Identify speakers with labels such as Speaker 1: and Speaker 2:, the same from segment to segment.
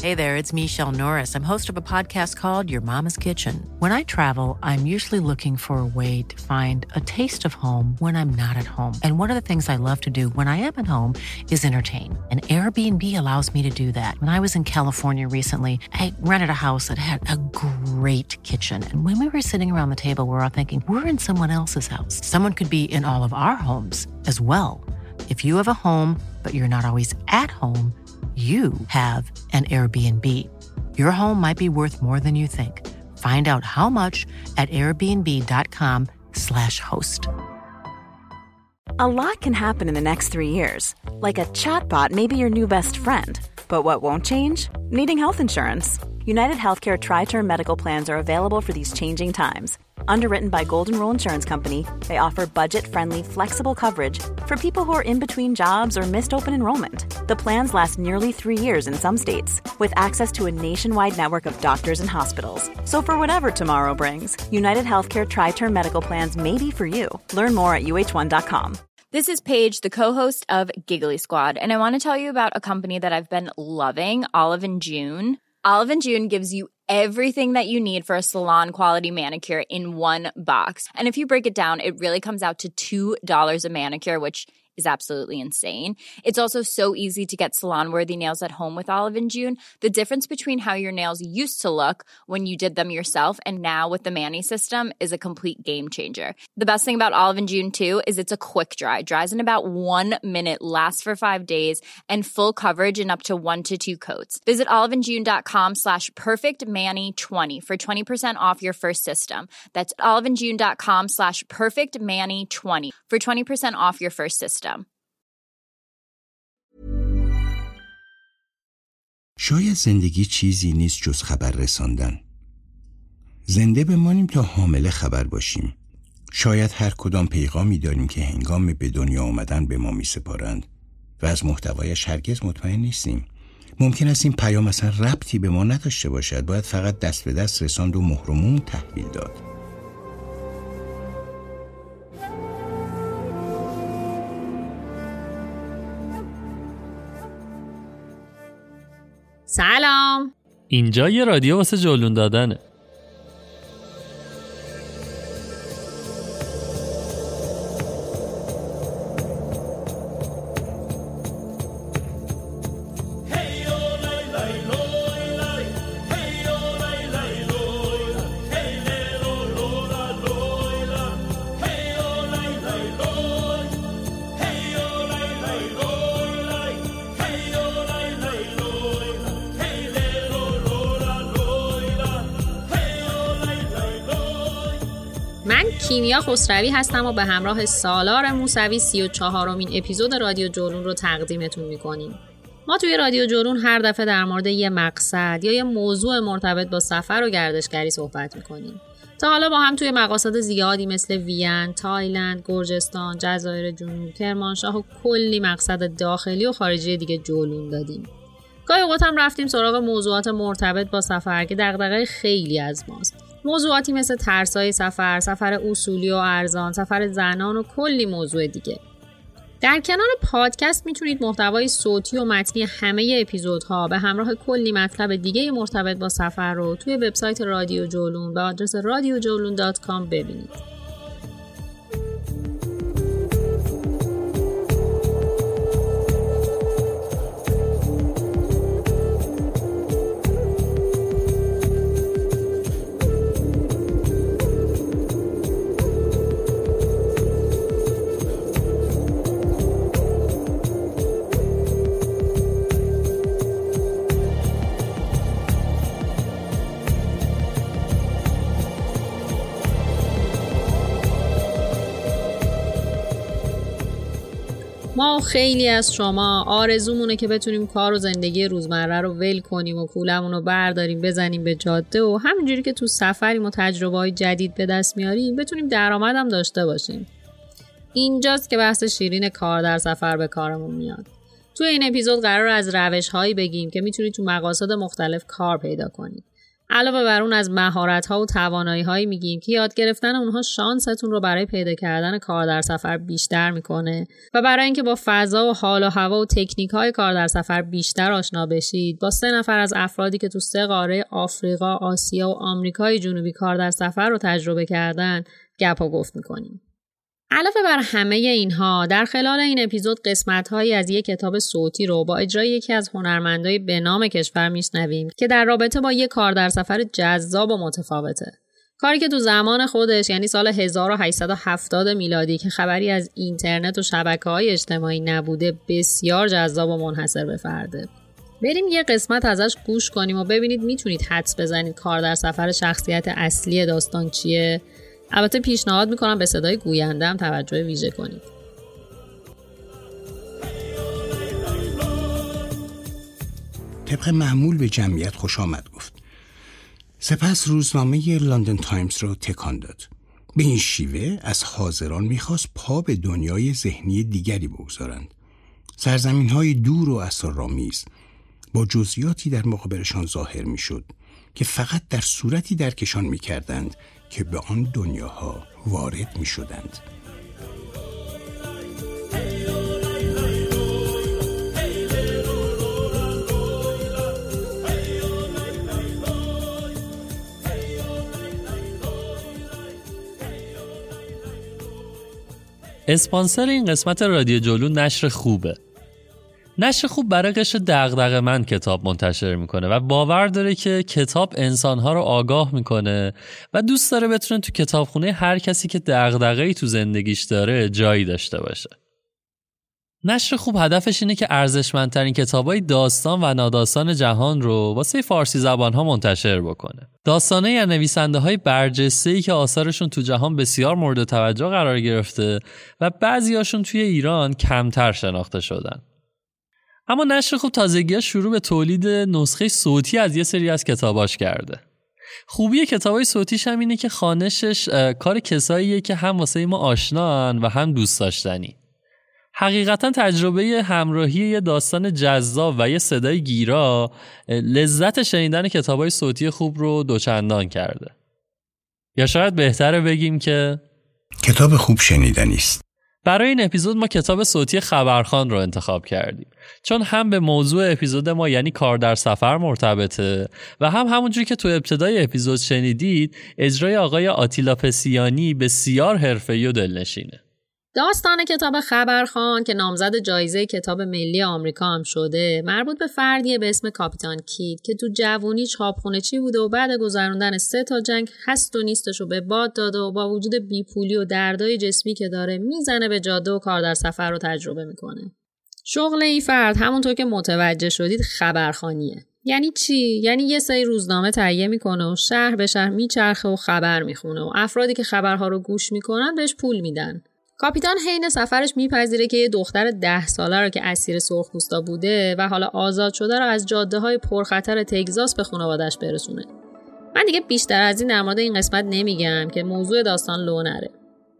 Speaker 1: Hey there, it's Michelle Norris. I'm host of a podcast called Your Mama's Kitchen. When I travel, I'm usually looking for a way to find a taste of home when I'm not at home. And one of the things I love to do when I am at home is entertain. And Airbnb allows me to do that. When I was in California recently, I rented a house that had a great kitchen. And when we were sitting around the table, we were all thinking, we're in someone else's house. Someone could be in all of our homes as well. If you have a home, but you're not always at home, you have an Airbnb. Your home might be worth more than you think. Find out how much at airbnb.com/host.
Speaker 2: A lot can happen in the next 3 years. Like a chatbot may be your new best friend. But what won't change? Needing health insurance. United Healthcare Tri-Term Medical Plans are available for these changing times. Underwritten by Golden Rule Insurance Company, they offer budget-friendly, flexible coverage for people who are in between jobs or missed open enrollment. The plans last nearly 3 years in some states, with access to a nationwide network of doctors and hospitals. So for whatever tomorrow brings, United Healthcare Tri-Term Medical Plans may be for you. Learn more at uh1.com.
Speaker 3: This is Paige, the co-host of Giggly Squad, and I want to tell you about a company that I've been loving, Olive & June. Olive & June gives you everything that you need for a salon-quality manicure in one box. And if you break it down, it really comes out to $2 a manicure, which is absolutely insane. It's also so easy to get salon-worthy nails at home with Olive & June. The difference between how your nails used to look when you did them yourself and now with the Mani system is a complete game changer. The best thing about Olive & June, too, is it's a quick dry. Dries in about 1 minute, lasts for 5 days, and full coverage in up to 1 to 2 coats. Visit oliveandjune.com/perfectmani20 for 20% off your first system. That's oliveandjune.com/perfectmani20 for 20% off your first system.
Speaker 4: شاید زندگی چیزی نیست جز خبر رساندن. زنده بمانیم تا حامل خبر باشیم. شاید هر کدام پیغامی داریم که هنگام به دنیا آمدن به ما می سپارند و از محتوایش هرگز مطمئن نیستیم. ممکن است این پیام اصلا ربطی به ما نداشته باشد. باید فقط دست به دست رساند و مهر و موم تحویل داد.
Speaker 5: سلام.
Speaker 6: اینجا یه رادیو واسه جلون دادنه.
Speaker 5: من کیمیا خسروی هستم و به همراه سالار موسوی 34مین اپیزود رادیو جولون رو تقدیمتون میکنیم. ما توی رادیو جولون هر دفعه در مورد یه مقصد یا یه موضوع مرتبط با سفر و گردشگری صحبت میکنیم. تا حالا با هم توی مقاصد زیادی مثل وین، تایلند، گرجستان، جزایر جنوب، کرمانشاه و کلی مقصد داخلی و خارجی دیگه جولون دادیم. گاهی اوقات هم رفتیم سراغ موضوعات مرتبط با سفر که دغدغه خیلی از ماست. موضوعاتی مثل ترسای سفر، سفر اصولی و ارزان، سفر زنان و کلی موضوع دیگه. در کنار پادکست میتونید محتوای صوتی و متنی همه اپیزودها به همراه کلی مطلب دیگه مرتبط با سفر رو توی وبسایت رادیو جولون به آدرس radiojolun.com ببینید. ما خیلی از شما آرزومونه که بتونیم کار و زندگی روزمره رو ول کنیم و پولمون رو برداریم بزنیم به جاده و همینجوری که تو سفریم و تجربه‌های جدید به دست میاریم بتونیم درآمدم داشته باشیم. اینجاست که بحث شیرین کار در سفر به کارمون میاد. تو این اپیزود قرار از روش‌هایی بگیم که میتونید تو مقاصد مختلف کار پیدا کنید. علاوه بر اون از مهارت‌ها و توانایی‌هایی میگیم که یاد گرفتن اونها شانستون رو برای پیدا کردن کار در سفر بیشتر میکنه و برای اینکه با فضا و حال و هوا و تکنیک‌های کار در سفر بیشتر آشنا بشید، با 3 نفر از افرادی که تو 3 قاره آفریقا، آسیا و آمریکای جنوبی کار در سفر رو تجربه کردن گپ و گفت میکنیم. علاوه بر همه اینها، در خلال این اپیزود قسمت‌هایی از یک کتاب صوتی رو با اجرای یکی از هنرمندای به نام کشور میشنویم که در رابطه با یک کار در سفر جذاب و متفاوته. کاری که تو زمان خودش، یعنی سال 1870 میلادی که خبری از اینترنت و شبکه‌های اجتماعی نبوده، بسیار جذاب و منحصر به فرده. بریم یه قسمت ازش گوش کنیم و ببینید میتونید حدس بزنید کار در سفر شخصیت اصلی داستان چیه. البته پیشنهاد میکنم به صدای گوینده هم توجه ویژه کنید.
Speaker 4: طبق معمول به جمعیت خوش آمد گفت. سپس روزنامه لندن تایمز رو تکان داد. به این شیوه از حاضران میخواست پا به دنیای ذهنی دیگری بگذارند. سرزمین‌های دور و اسرارآمیز با جزئیاتی در مقابلشان ظاهر میشد که فقط در صورتی درکشان میکردند که به آن دنیاها وارد می شدند.
Speaker 6: اسپانسر این قسمت رادیو جولون نشر خوبه. نشر خوب برای قشر دغدغه‌مند کتاب منتشر میکنه و باور داره که کتاب انسانها رو آگاه میکنه و دوست داره بتونه تو کتابخونه هر کسی که دغدغه‌ای تو زندگیش داره جایی داشته باشه. نشر خوب هدفش اینه که ارزشمندترین کتابای داستان و ناداستان جهان رو واسه فارسی زبان‌ها منتشر بکنه. داستانایی از نویسنده‌های برجسته‌ای که آثارشون تو جهان بسیار مورد توجه قرار گرفته و بعضیاشون توی ایران کمتر شناخته شدن. اما نشر خوب تازگی‌ها شروع به تولید نسخه صوتی از یه سری از کتاباش کرده. خوبی کتابای صوتیش هم اینه که خوانشش کار کساییه که هم واسه ما آشنان و هم دوست داشتنی. حقیقتا تجربه همراهی یه داستان جذاب و یه صدای گیرا لذت شنیدن کتابای صوتی خوب رو دوچندان کرده. یا شاید بهتره بگیم که
Speaker 4: کتاب خوب شنیدنی است.
Speaker 6: برای این اپیزود ما کتاب صوتی خبرخوان رو انتخاب کردیم چون هم به موضوع اپیزود ما یعنی کار در سفر مرتبطه و هم همونجوری که تو ابتدای اپیزود شنیدید اجرای آقای آتیلا پسیانی بسیار حرفه‌ای و دلنشینه.
Speaker 5: داستان کتاب خبرخوان که نامزد جایزه کتاب ملی آمریکا هم شده مربوط به فردیه به اسم کاپیتان کید که تو جوونی چاپخونه‌چی بوده و بعد گذروندن 3 تا جنگ هست و نیستش رو به باد داده و با وجود بیپولی و دردای جسمی که داره میزنه به جاده و کار در سفر رو تجربه میکنه. شغل این فرد همونطور که متوجه شدید خبرخوانیه. یعنی چی؟ یعنی یه سری روزنامه تهیه میکنه و شهر به شهر میچرخه و خبر میخونه و افرادی که خبرها رو گوش میکنن بهش پول میدن. کاپیتان حین سفرش میپذیره که یه دختر 10 ساله رو که اسیر سرخپوستا بوده و حالا آزاد شده رو از جاده‌های پرخطر تگزاس به خانواده‌اش برسونه. من دیگه بیشتر از این در مورد این قسمت نمیگم که موضوع داستان لو نره.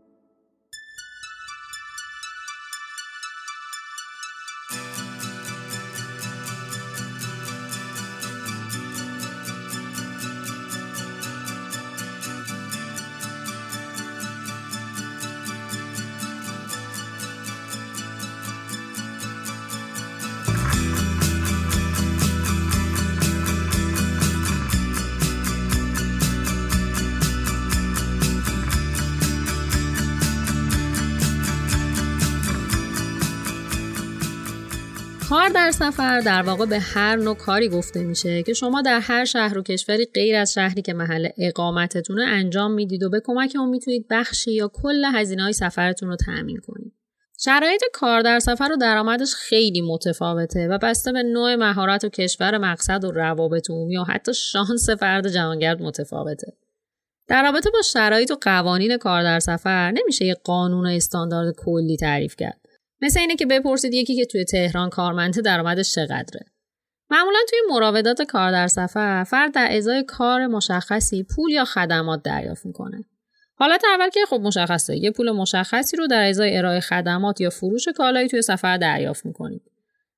Speaker 5: کار در سفر در واقع به هر نوع کاری گفته میشه که شما در هر شهر و کشوری غیر از شهری که محل اقامتتونه انجام میدید و به کمک اون میتونید بخشی یا کل هزینه‌های سفرتون رو تأمین کنید. شرایط کار در سفر و درآمدش خیلی متفاوته و بسته به نوع مهارت و کشور مقصد و روابط عمومی یا حتی شانس فرد جهانگرد متفاوته. در رابطه با شرایط و قوانین کار در سفر نمیشه یه قانون و استاندارد کلی تعریف کرد. مثل اینه که بپرسید یکی که توی تهران کارمنده درآمدش چقدره. معمولا توی مراودات کار در سفر فرد در ازای کار مشخصی پول یا خدمات دریافت میکنه. حالت اول که خب مشخصه یه پول مشخصی رو در ازای ارائه خدمات یا فروش کالایی توی سفر دریافت میکنید.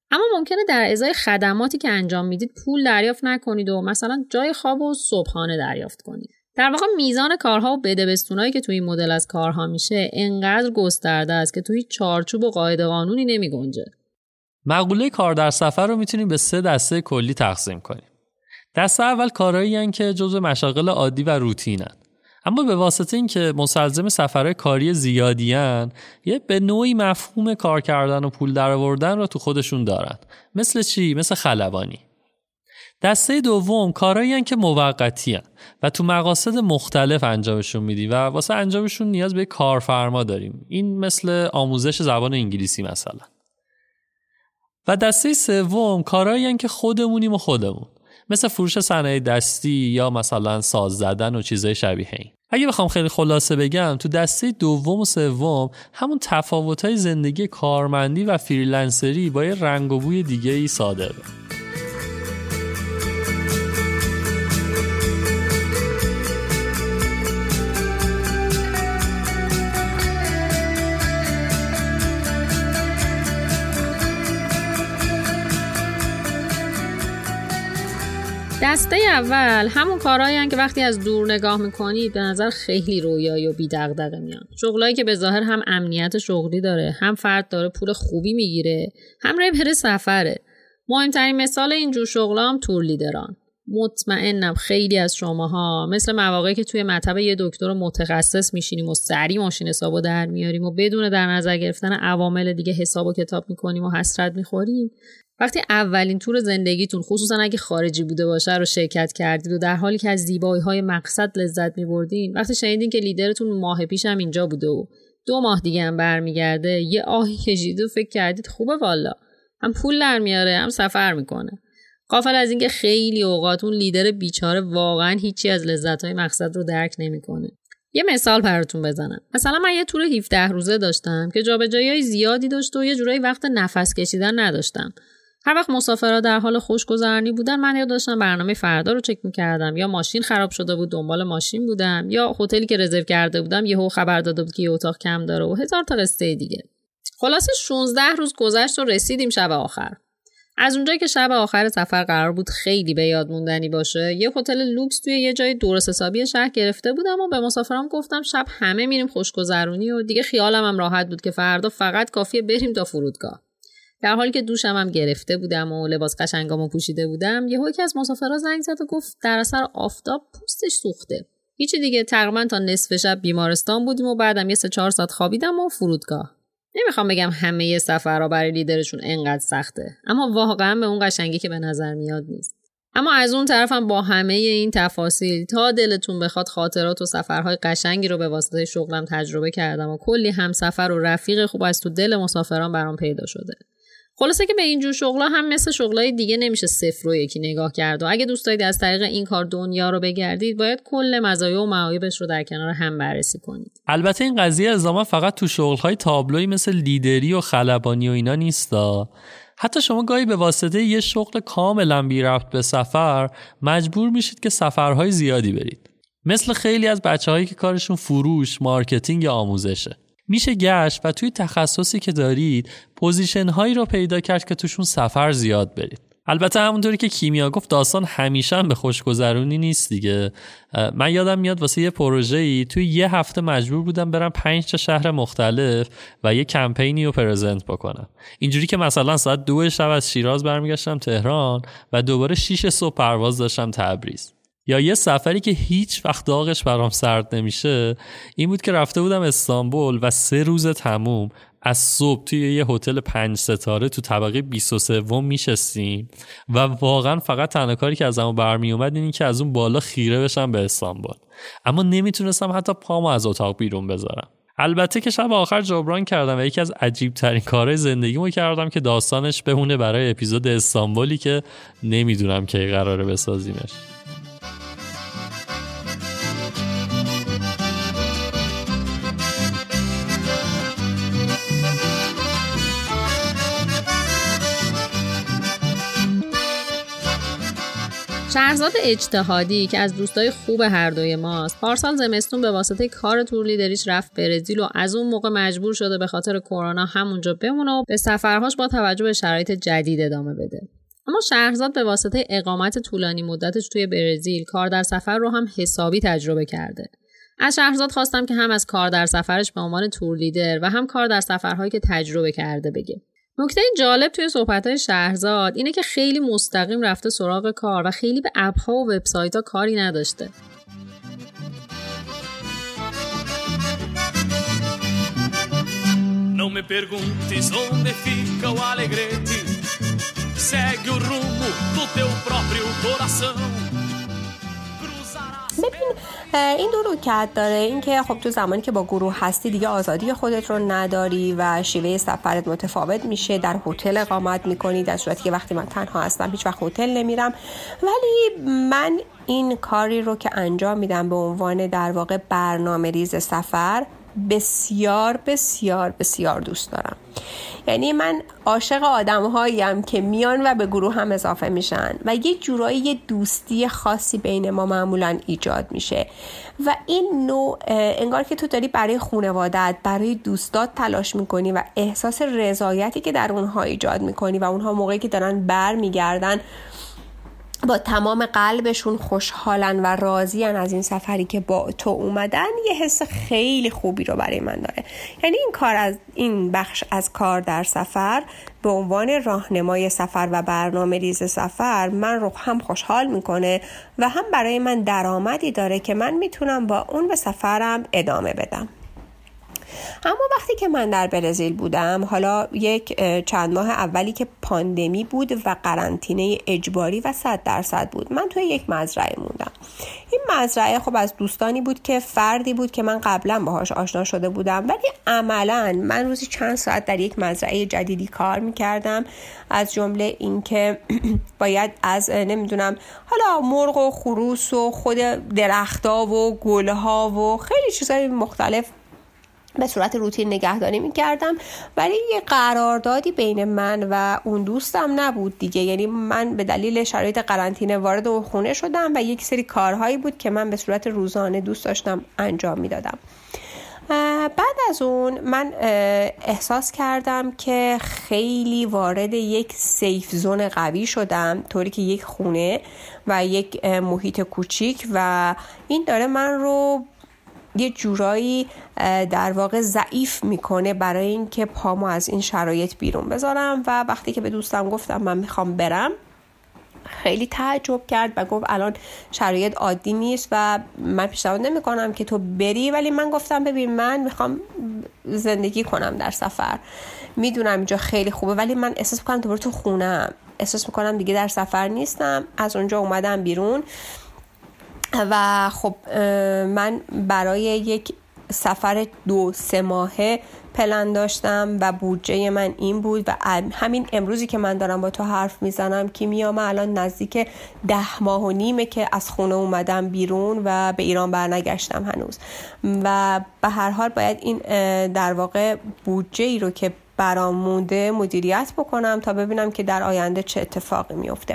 Speaker 5: اما ممکنه در ازای خدماتی که انجام میدید پول دریافت نکنید و مثلا جای خواب و صبحانه دریافت کنید. در واقع میزان کارها و بدبستونایی که توی این مدل از کارها میشه انقدر گسترده است که توی چارچوب و قاعده قانونی نمیگنجه.
Speaker 6: مقوله کار در سفر رو میتونیم به 3 دسته کلی تقسیم کنیم. دسته اول کارهایی هستند که جزو مشاغل عادی و روتینن، اما به واسطه اینکه مستلزم سفرهای کاری زیادیان، یه به نوعی مفهوم کار کردن و پول درآوردن رو تو خودشون دارن. مثل چی؟ مثل خلبانی. دسته دوم کارهایی هستند که موقتی هستند و تو مقاصد مختلف انجامشون میدیم و واسه انجامشون نیاز به کارفرما داریم. این مثل آموزش زبان انگلیسی مثلا. و دسته سوم کارهایی هستند که خودمونیم و خودمون، مثل فروش صنایع دستی یا مثلا ساز زدن و چیزای شبیه این. اگه بخوام خیلی خلاصه بگم، تو دسته دوم و سوم همون تفاوت‌های زندگی کارمندی و فریلنسری با یه رنگ و بوی دیگه‌ای صادره.
Speaker 5: دسته اول همون کارهایی هستند که وقتی از دور نگاه میکنید به نظر خیلی رویایی و بی‌دغدغه میان. شغلایی که به ظاهر هم امنیت شغلی داره، هم فرد داره پول خوبی میگیره، هم ربح سفره. مهمترین مثال اینجور شغلا هم تور لیدران. مطمئنم خیلی از شماها مثل مواقعی که توی مطب یه دکتر متخصص میشینیم و سریع ماشین حسابو در میاریم و بدون در نظر گرفتن عوامل دیگه حسابو کتاب میکنیم و حسرت میخوریم، وقتی اولین تور زندگیتون خصوصا اگه خارجی بوده باشه رو شرکت کردید و در حالی که از زیبایی‌های مقصد لذت می‌بردین، وقتی شنیدین که لیدرتون ماه پیش هم اینجا بوده و 2 ماه دیگه هم برمیگرده، یه آهی کشیدید و فکر کردید خوبه والا، هم پول در میاره هم سفر میکنه. غافل از اینکه خیلی اوقات اون لیدر بیچاره واقعا هیچی از لذت‌های مقصد رو درک نمی‌کنه. یه مثال براتون بزنم. مثلا من یه تور 17 روزه داشتم که جابجایی‌های زیادی داشت و یه جورایی وقت نفس کشیدن نداشتم. هر وقت مسافرها در حال خوشگذرانی بودن، من یا داشتم برنامه فردا رو چک می‌کردم، یا ماشین خراب شده بود دنبال ماشین بودم، یا هتلی که رزرو کرده بودم یهو خبر داده بود که یه اتاق کم داره و هزار تا قصه دیگه. خلاصه 16 روز گذشت و رسیدیم شب آخر. از اونجایی که شب آخر سفر قرار بود خیلی به یاد موندنی باشه، یه هتل لوکس توی یه جای درست حسابی شهر گرفته بودم و به مسافرام گفتم شب همه میریم خوشگذرونی و دیگه خیالم هم راحت بود که فردا فقط کافیه بریم تا فرودگاه. در حالی که دوشم هم گرفته بودم و لباس قشنگامو پوشیده بودم، یهو یکی از مسافرها زنگ زد و گفت در اثر آفتاب پوستش سوخته. هیچی دیگه، تقریبا تا نصف شب بیمارستان بودیم و بعدم یه 3-4 ساعت خوابیدم و فرودگاه. نمیخوام بگم همه سفرها برای لیدرشون انقدر سخته، اما واقعا به اون قشنگی که به نظر میاد نیست. اما از اون طرفم با همه این تفاصیل تا دلتون بخواد خاطرات و سفرهای قشنگی رو به واسطه شغلم تجربه کردم و کلی همسفر و رفیق خوب از تو دل مسافران برام پیدا شده. خلاصه که به اینجور شغلا هم مثل شغلای دیگه نمیشه 0 و 1 نگاه کرد و اگه دوست دارید از طریق این کار دنیا رو بگردید، باید کل مزایا و معایبش رو در کنار هم بررسی کنید.
Speaker 6: البته این قضیه الزاما فقط تو شغل‌های تابلویی مثل لیدری و خلبانی و اینا نیستا. حتی شما گاهی به واسطه یه شغل کاملا بی ربط به سفر مجبور میشید که سفرهای زیادی برید. مثل خیلی از بچه‌هایی که کارشون فروش، مارکتینگ یا آموزشه. میشه گشت و توی تخصصی که دارید پوزیشن هایی رو پیدا کرد که توشون سفر زیاد برید. البته همونطوری که کیمیا گفت داستان همیشه هم به خوشگذرونی نیست دیگه. من یادم میاد واسه یه پروژه‌ای توی یه هفته مجبور بودم برم 5 تا شهر مختلف و یه کمپینی رو پرزنت بکنم. اینجوری که مثلا ساعت 2 شب از شیراز برمیگشتم تهران و دوباره 6 صبح پرواز داشتم تبریز. یا یه سفری که هیچ وقت داغش برام سرد نمیشه این بود که رفته بودم استانبول و 3 روز تموم از صبح توی یه هتل 5 ستاره تو طبقه 23 میشستیم و واقعا فقط تنها کاری که ازم برمی اومد اینی که از اون بالا خیره بشم به استانبول، اما نمیتونستم حتی پامو از اتاق بیرون بذارم. البته که شب آخر جبران کردم و یکی از عجیب ترین کارهای زندگیمو کردم که داستانش بمونه برای اپیزود استانبولی که نمیدونم کی قراره بسازیمش.
Speaker 5: شهرزاد اجتهادی که از دوستای خوب هر دوی ماست، پارسال زمستون به واسطه کار تور لیدریش رفت برزیل و از اون موقع مجبور شده به خاطر کرونا همونجا بمونه و به سفرهاش با توجه به شرایط جدید ادامه بده. اما شهرزاد به واسطه اقامت طولانی مدتش توی برزیل کار در سفر رو هم حسابی تجربه کرده. از شهرزاد خواستم که هم از کار در سفرش به عنوان تور لیدر و هم کار در سفرهایی که تجربه کرده بگه. نکته جالب توی صحبت‌های شهرزاد اینه که خیلی مستقیم رفته سراغ کار و خیلی به اپ‌ها و وبسایت‌ها کاری نداشته.
Speaker 7: Non mi perguntes onde fica o Alegrete, segue o rumo do teu próprio coração.
Speaker 8: ببین این دو روکت داره، این که خب تو زمانی که با گروه هستی دیگه آزادی خودت رو نداری و شیوه سفرت متفاوت میشه. در هتل اقامت میکنی، در صورتی که وقتی من تنها هستم هیچ وقت هتل نمیرم. ولی من این کاری رو که انجام میدم به عنوان در واقع برنامه‌ریز سفر بسیار بسیار بسیار دوست دارم. یعنی من عاشق آدم‌هاییم که میان و به گروه هم اضافه میشن و یه جورایی یه دوستی خاصی بین ما معمولاً ایجاد میشه و این نوع انگار که تو داری برای خانوادت، برای دوستات تلاش میکنی و احساس رضایتی که در اونها ایجاد میکنی و اونها موقعی که دارن برمیگردن با تمام قلبشون خوشحالن و راضین از این سفری که با تو اومدن، یه حس خیلی خوبی رو برای من داره. یعنی این بخش از کار در سفر به عنوان راهنمای سفر و برنامه ریز سفر من رو هم خوشحال میکنه و هم برای من درآمدی داره که من میتونم با اون به سفرم ادامه بدم. اما وقتی که من در برزیل بودم، حالا چند ماه اولی که پاندمی بود و قرنطینه اجباری و 100% بود، من توی یک مزرعه موندم. این مزرعه خب از دوستانی بود که فردی بود که من قبلا باهاش آشنا شده بودم، ولی عملاً من روزی چند ساعت در یک مزرعه جدیدی کار میکردم، از جمله این که باید از حالا مرغ و خروس و خود درخت‌ها و گل‌ها و خیلی چیزای مختلف به صورت روتین نگهداری میکردم. ولی یه قراردادی بین من و اون دوستم نبود دیگه. یعنی من به دلیل شرایط قرنطینه وارد اون خونه شدم و یک سری کارهایی بود که من به صورت روزانه دوست داشتم انجام میدادم. بعد از اون من احساس کردم که خیلی وارد یک سیف زون قوی شدم، طوری که یک خونه و یک محیط کوچیک و این داره من رو یه جورایی در واقع ضعیف میکنه برای این که پامو از این شرایط بیرون بذارم. و وقتی که به دوستم گفتم من میخوام برم، خیلی تعجب کرد و گفت الان شرایط عادی نیست و من پیشنهاد نمیکنم که تو بری. ولی من گفتم ببین، من میخوام زندگی کنم در سفر، میدونم اینجا خیلی خوبه ولی من احساس میکنم دوباره تو خونه‌ام، احساس میکنم دیگه در سفر نیستم. از اونجا اومدم بیرون و خب من برای یک سفر 2-3 ماهه پلن داشتم و بودجه من این بود و همین امروزی که من دارم با تو حرف میزنم کیمیا، من الان نزدیک 10 ماه و نیمه که از خونه اومدم بیرون و به ایران برنگشتم هنوز و به هر حال باید این در واقع بودجه ای رو که برام مونده مدیریت بکنم تا ببینم که در آینده چه اتفاقی میفته.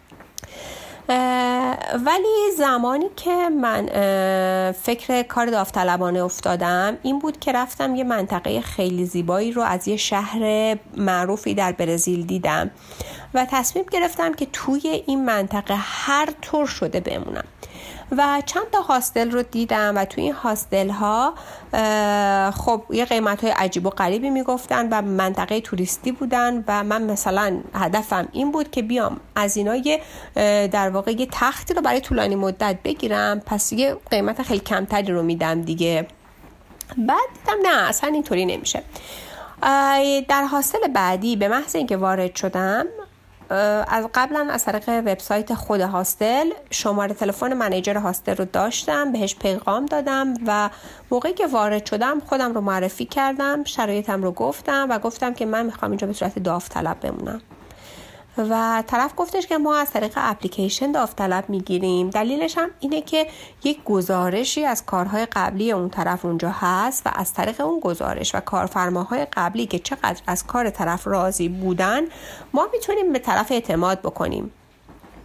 Speaker 8: ولی زمانی که من فکر کار داوطلبانه افتادم این بود که رفتم یه منطقه خیلی زیبایی رو از یه شهر معروفی در برزیل دیدم و تصمیم گرفتم که توی این منطقه هر طور شده بمونم و چند تا هاستل رو دیدم و توی این هاستل ها خب یه قیمت های عجیب و غریبی میگفتن و منطقه توریستی بودن و من مثلا هدفم این بود که بیام از اینا در واقع یه تختی رو برای طولانی مدت بگیرم، پس یه قیمت خیلی کمتری رو میدم دیگه. بعد دیدم نه، اصلا اینطوری نمیشه. در هاستل بعدی به محض اینکه وارد شدم، از قبلا از طریق وبسایت خود هاستل شماره تلفن منیجر هاستل رو داشتم، بهش پیغام دادم و موقعی که وارد شدم خودم رو معرفی کردم، شرایطم رو گفتم و گفتم که من میخوام اینجا به صورت داوطلب بمونم و طرف گفتش که ما از طریق اپلیکیشن داوطلب میگیریم. دلیلش هم اینه که یک گزارشی از کارهای قبلی اون طرف اونجا هست و از طریق اون گزارش و کارفرماهای قبلی که چقدر از کار طرف راضی بودن ما میتونیم به طرف اعتماد بکنیم. چند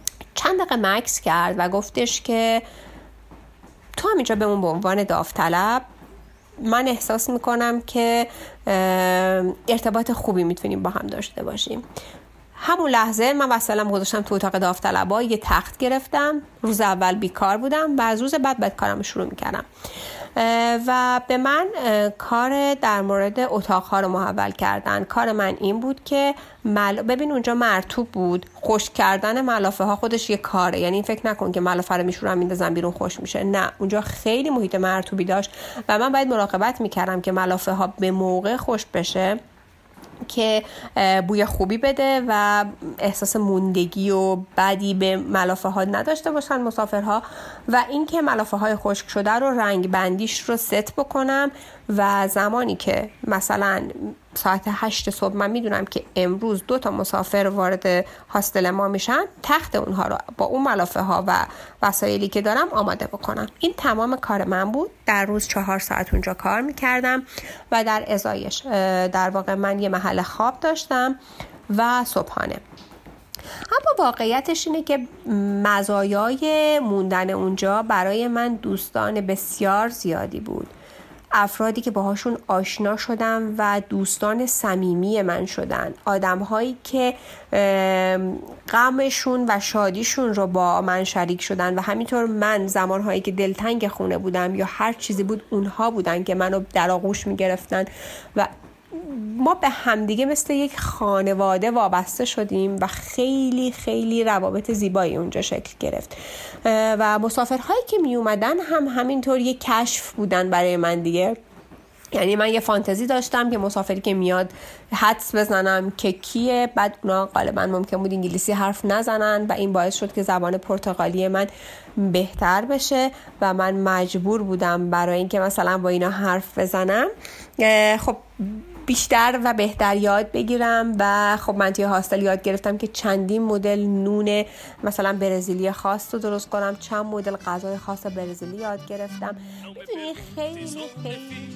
Speaker 8: چند دقیقه مکث کرد و گفتش که تو هم اینجا بمون به عنوان داوطلب، من احساس میکنم که ارتباط خوبی میتونیم با هم داشته باشیم. همون لحظه من وسایلم گذاشتم تو اتاق داوطلبا، یه تخت گرفتم. روز اول بیکار بودم و از روز بعد کارم شروع میکردم و به من کار در مورد اتاقها رو محول کردن. کار من این بود که ببین اونجا مرطوب بود، خشک کردن ملافه ها خودش یه کاره، یعنی فکر نکن که ملافه رو میشورم میندازم بیرون خوش میشه، نه، اونجا خیلی محیط مرطوبی داشت و من باید مراقبت میکردم که ملافه ها به موقع خشک بشه که بوی خوبی بده و احساس موندگی و بدی به ملافه ها نداشته باشن مسافرها، و اینکه ملافه های خشک شده رو رنگ بندیش رو ست بکنم و زمانی که مثلا ساعت 8 صبح من میدونم که امروز 2 مسافر وارد هاستل ما میشن، تخت اونها رو با اون ملافه ها و وسایلی که دارم آماده بکنم. این تمام کار من بود. در روز 4 ساعت اونجا کار میکردم و در ازایش در واقع من یه محل خواب داشتم و صبحانه. اما واقعیتش اینه که مزایای موندن اونجا برای من دوستان بسیار زیادی بود. افرادی که باهاشون آشنا شدم و دوستان صمیمی من شدن، آدم‌هایی که غمشون و شادیشون رو با من شریک شدن و همینطور من زمانهایی که دلتنگ خونه بودم یا هر چیزی بود اونها بودن که منو در آغوش می‌گرفتن و ما به همدیگه مثل یک خانواده وابسته شدیم و خیلی خیلی روابط زیبایی اونجا شکل گرفت و مسافرهایی که می اومدن هم همینطور یک کشف بودن برای من دیگه. یعنی من یه فانتزی داشتم که مسافری که میاد حدس بزنم که کیه، بعد اونا غالبا ممکن بود انگلیسی حرف نزنن و این باعث شد که زبان پرتغالی من بهتر بشه و من مجبور بودم برای اینکه مثلا با اینا حرف بزنم خب بیشتر و بهتر یاد بگیرم و خب من توی هاستل یاد گرفتم که چندین مدل نون مثلا برزیلی خاص رو درست کنم، چند مدل غذای خاص برزیلی یاد گرفتم. میدونی خیلی خیلی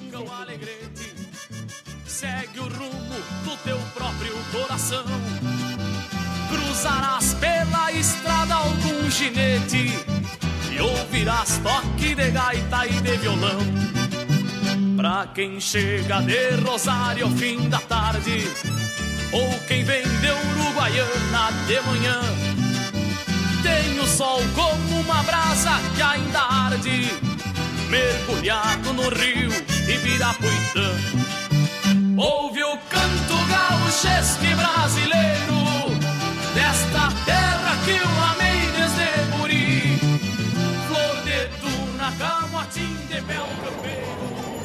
Speaker 7: Segue o rumo do teu próprio coração. Cruzarás pela estrada algum ginete e ouvirás toque de gaita e de violão. Pra quem chega de Rosário ao fim da tarde, ou quem vem de Uruguaiana de manhã, tem o sol como uma brasa que ainda arde, mergulhado no rio Ibirapuitã. Ouve o canto gauchesco e brasileiro desta terra que eu amei desde guri, flor de tuna, camotim de mel campeiro.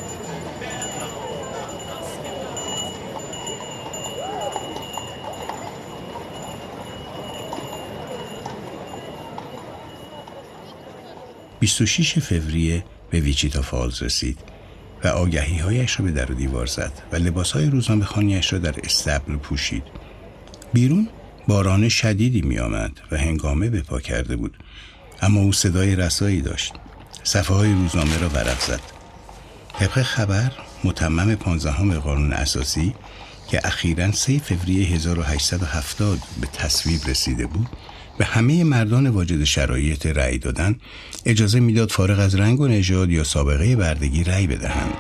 Speaker 4: (26 فوریه) به ویچیتا فالز رسید و آگهی‌هایش را به در و دیوار زد و لباس‌های روزنامه خوانی‌اش را در استبل پوشید. بیرون باران شدیدی می‌آمد و هنگامه به پا کرده بود، اما او صدای رسایی داشت. صفحه‌های روزنامه را ورق زد. طبق خبر متمم 15 قانون اساسی که اخیراً 3 فوریه 1870 به تصویب رسیده بود، به همه مردان واجد شرایط رأی دادن اجازه میداد فارغ از رنگ و نژاد یا سابقه بردگی رأی بدهند.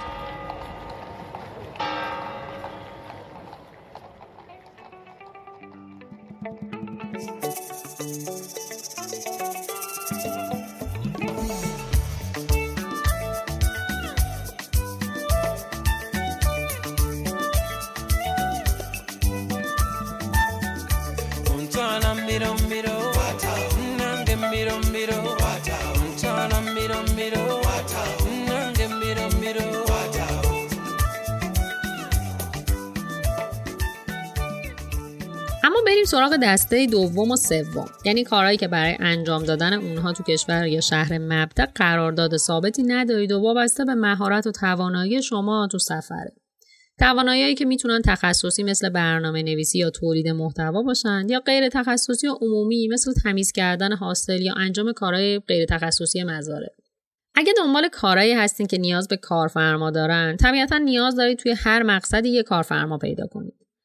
Speaker 5: اما بریم سراغ دسته دوم و سوم، یعنی کارهایی که برای انجام دادن اونها تو کشور یا شهر مبدأ قرارداد ثابتی ندارید و وابسته به مهارت و توانایی شما تو سفره. توانایی‌هایی که میتونن تخصصی مثل برنامه نویسی یا تولید محتوا باشن یا غیر تخصصی و عمومی مثل تمیز کردن هاستل یا انجام کارهای غیر تخصصی مزارع. اگه دنبال کارهایی هستین که نیاز به کارفرما دارن، طبیعتاً نیاز دارید توی هر مقصدی یه کارفرما پیدا کنید.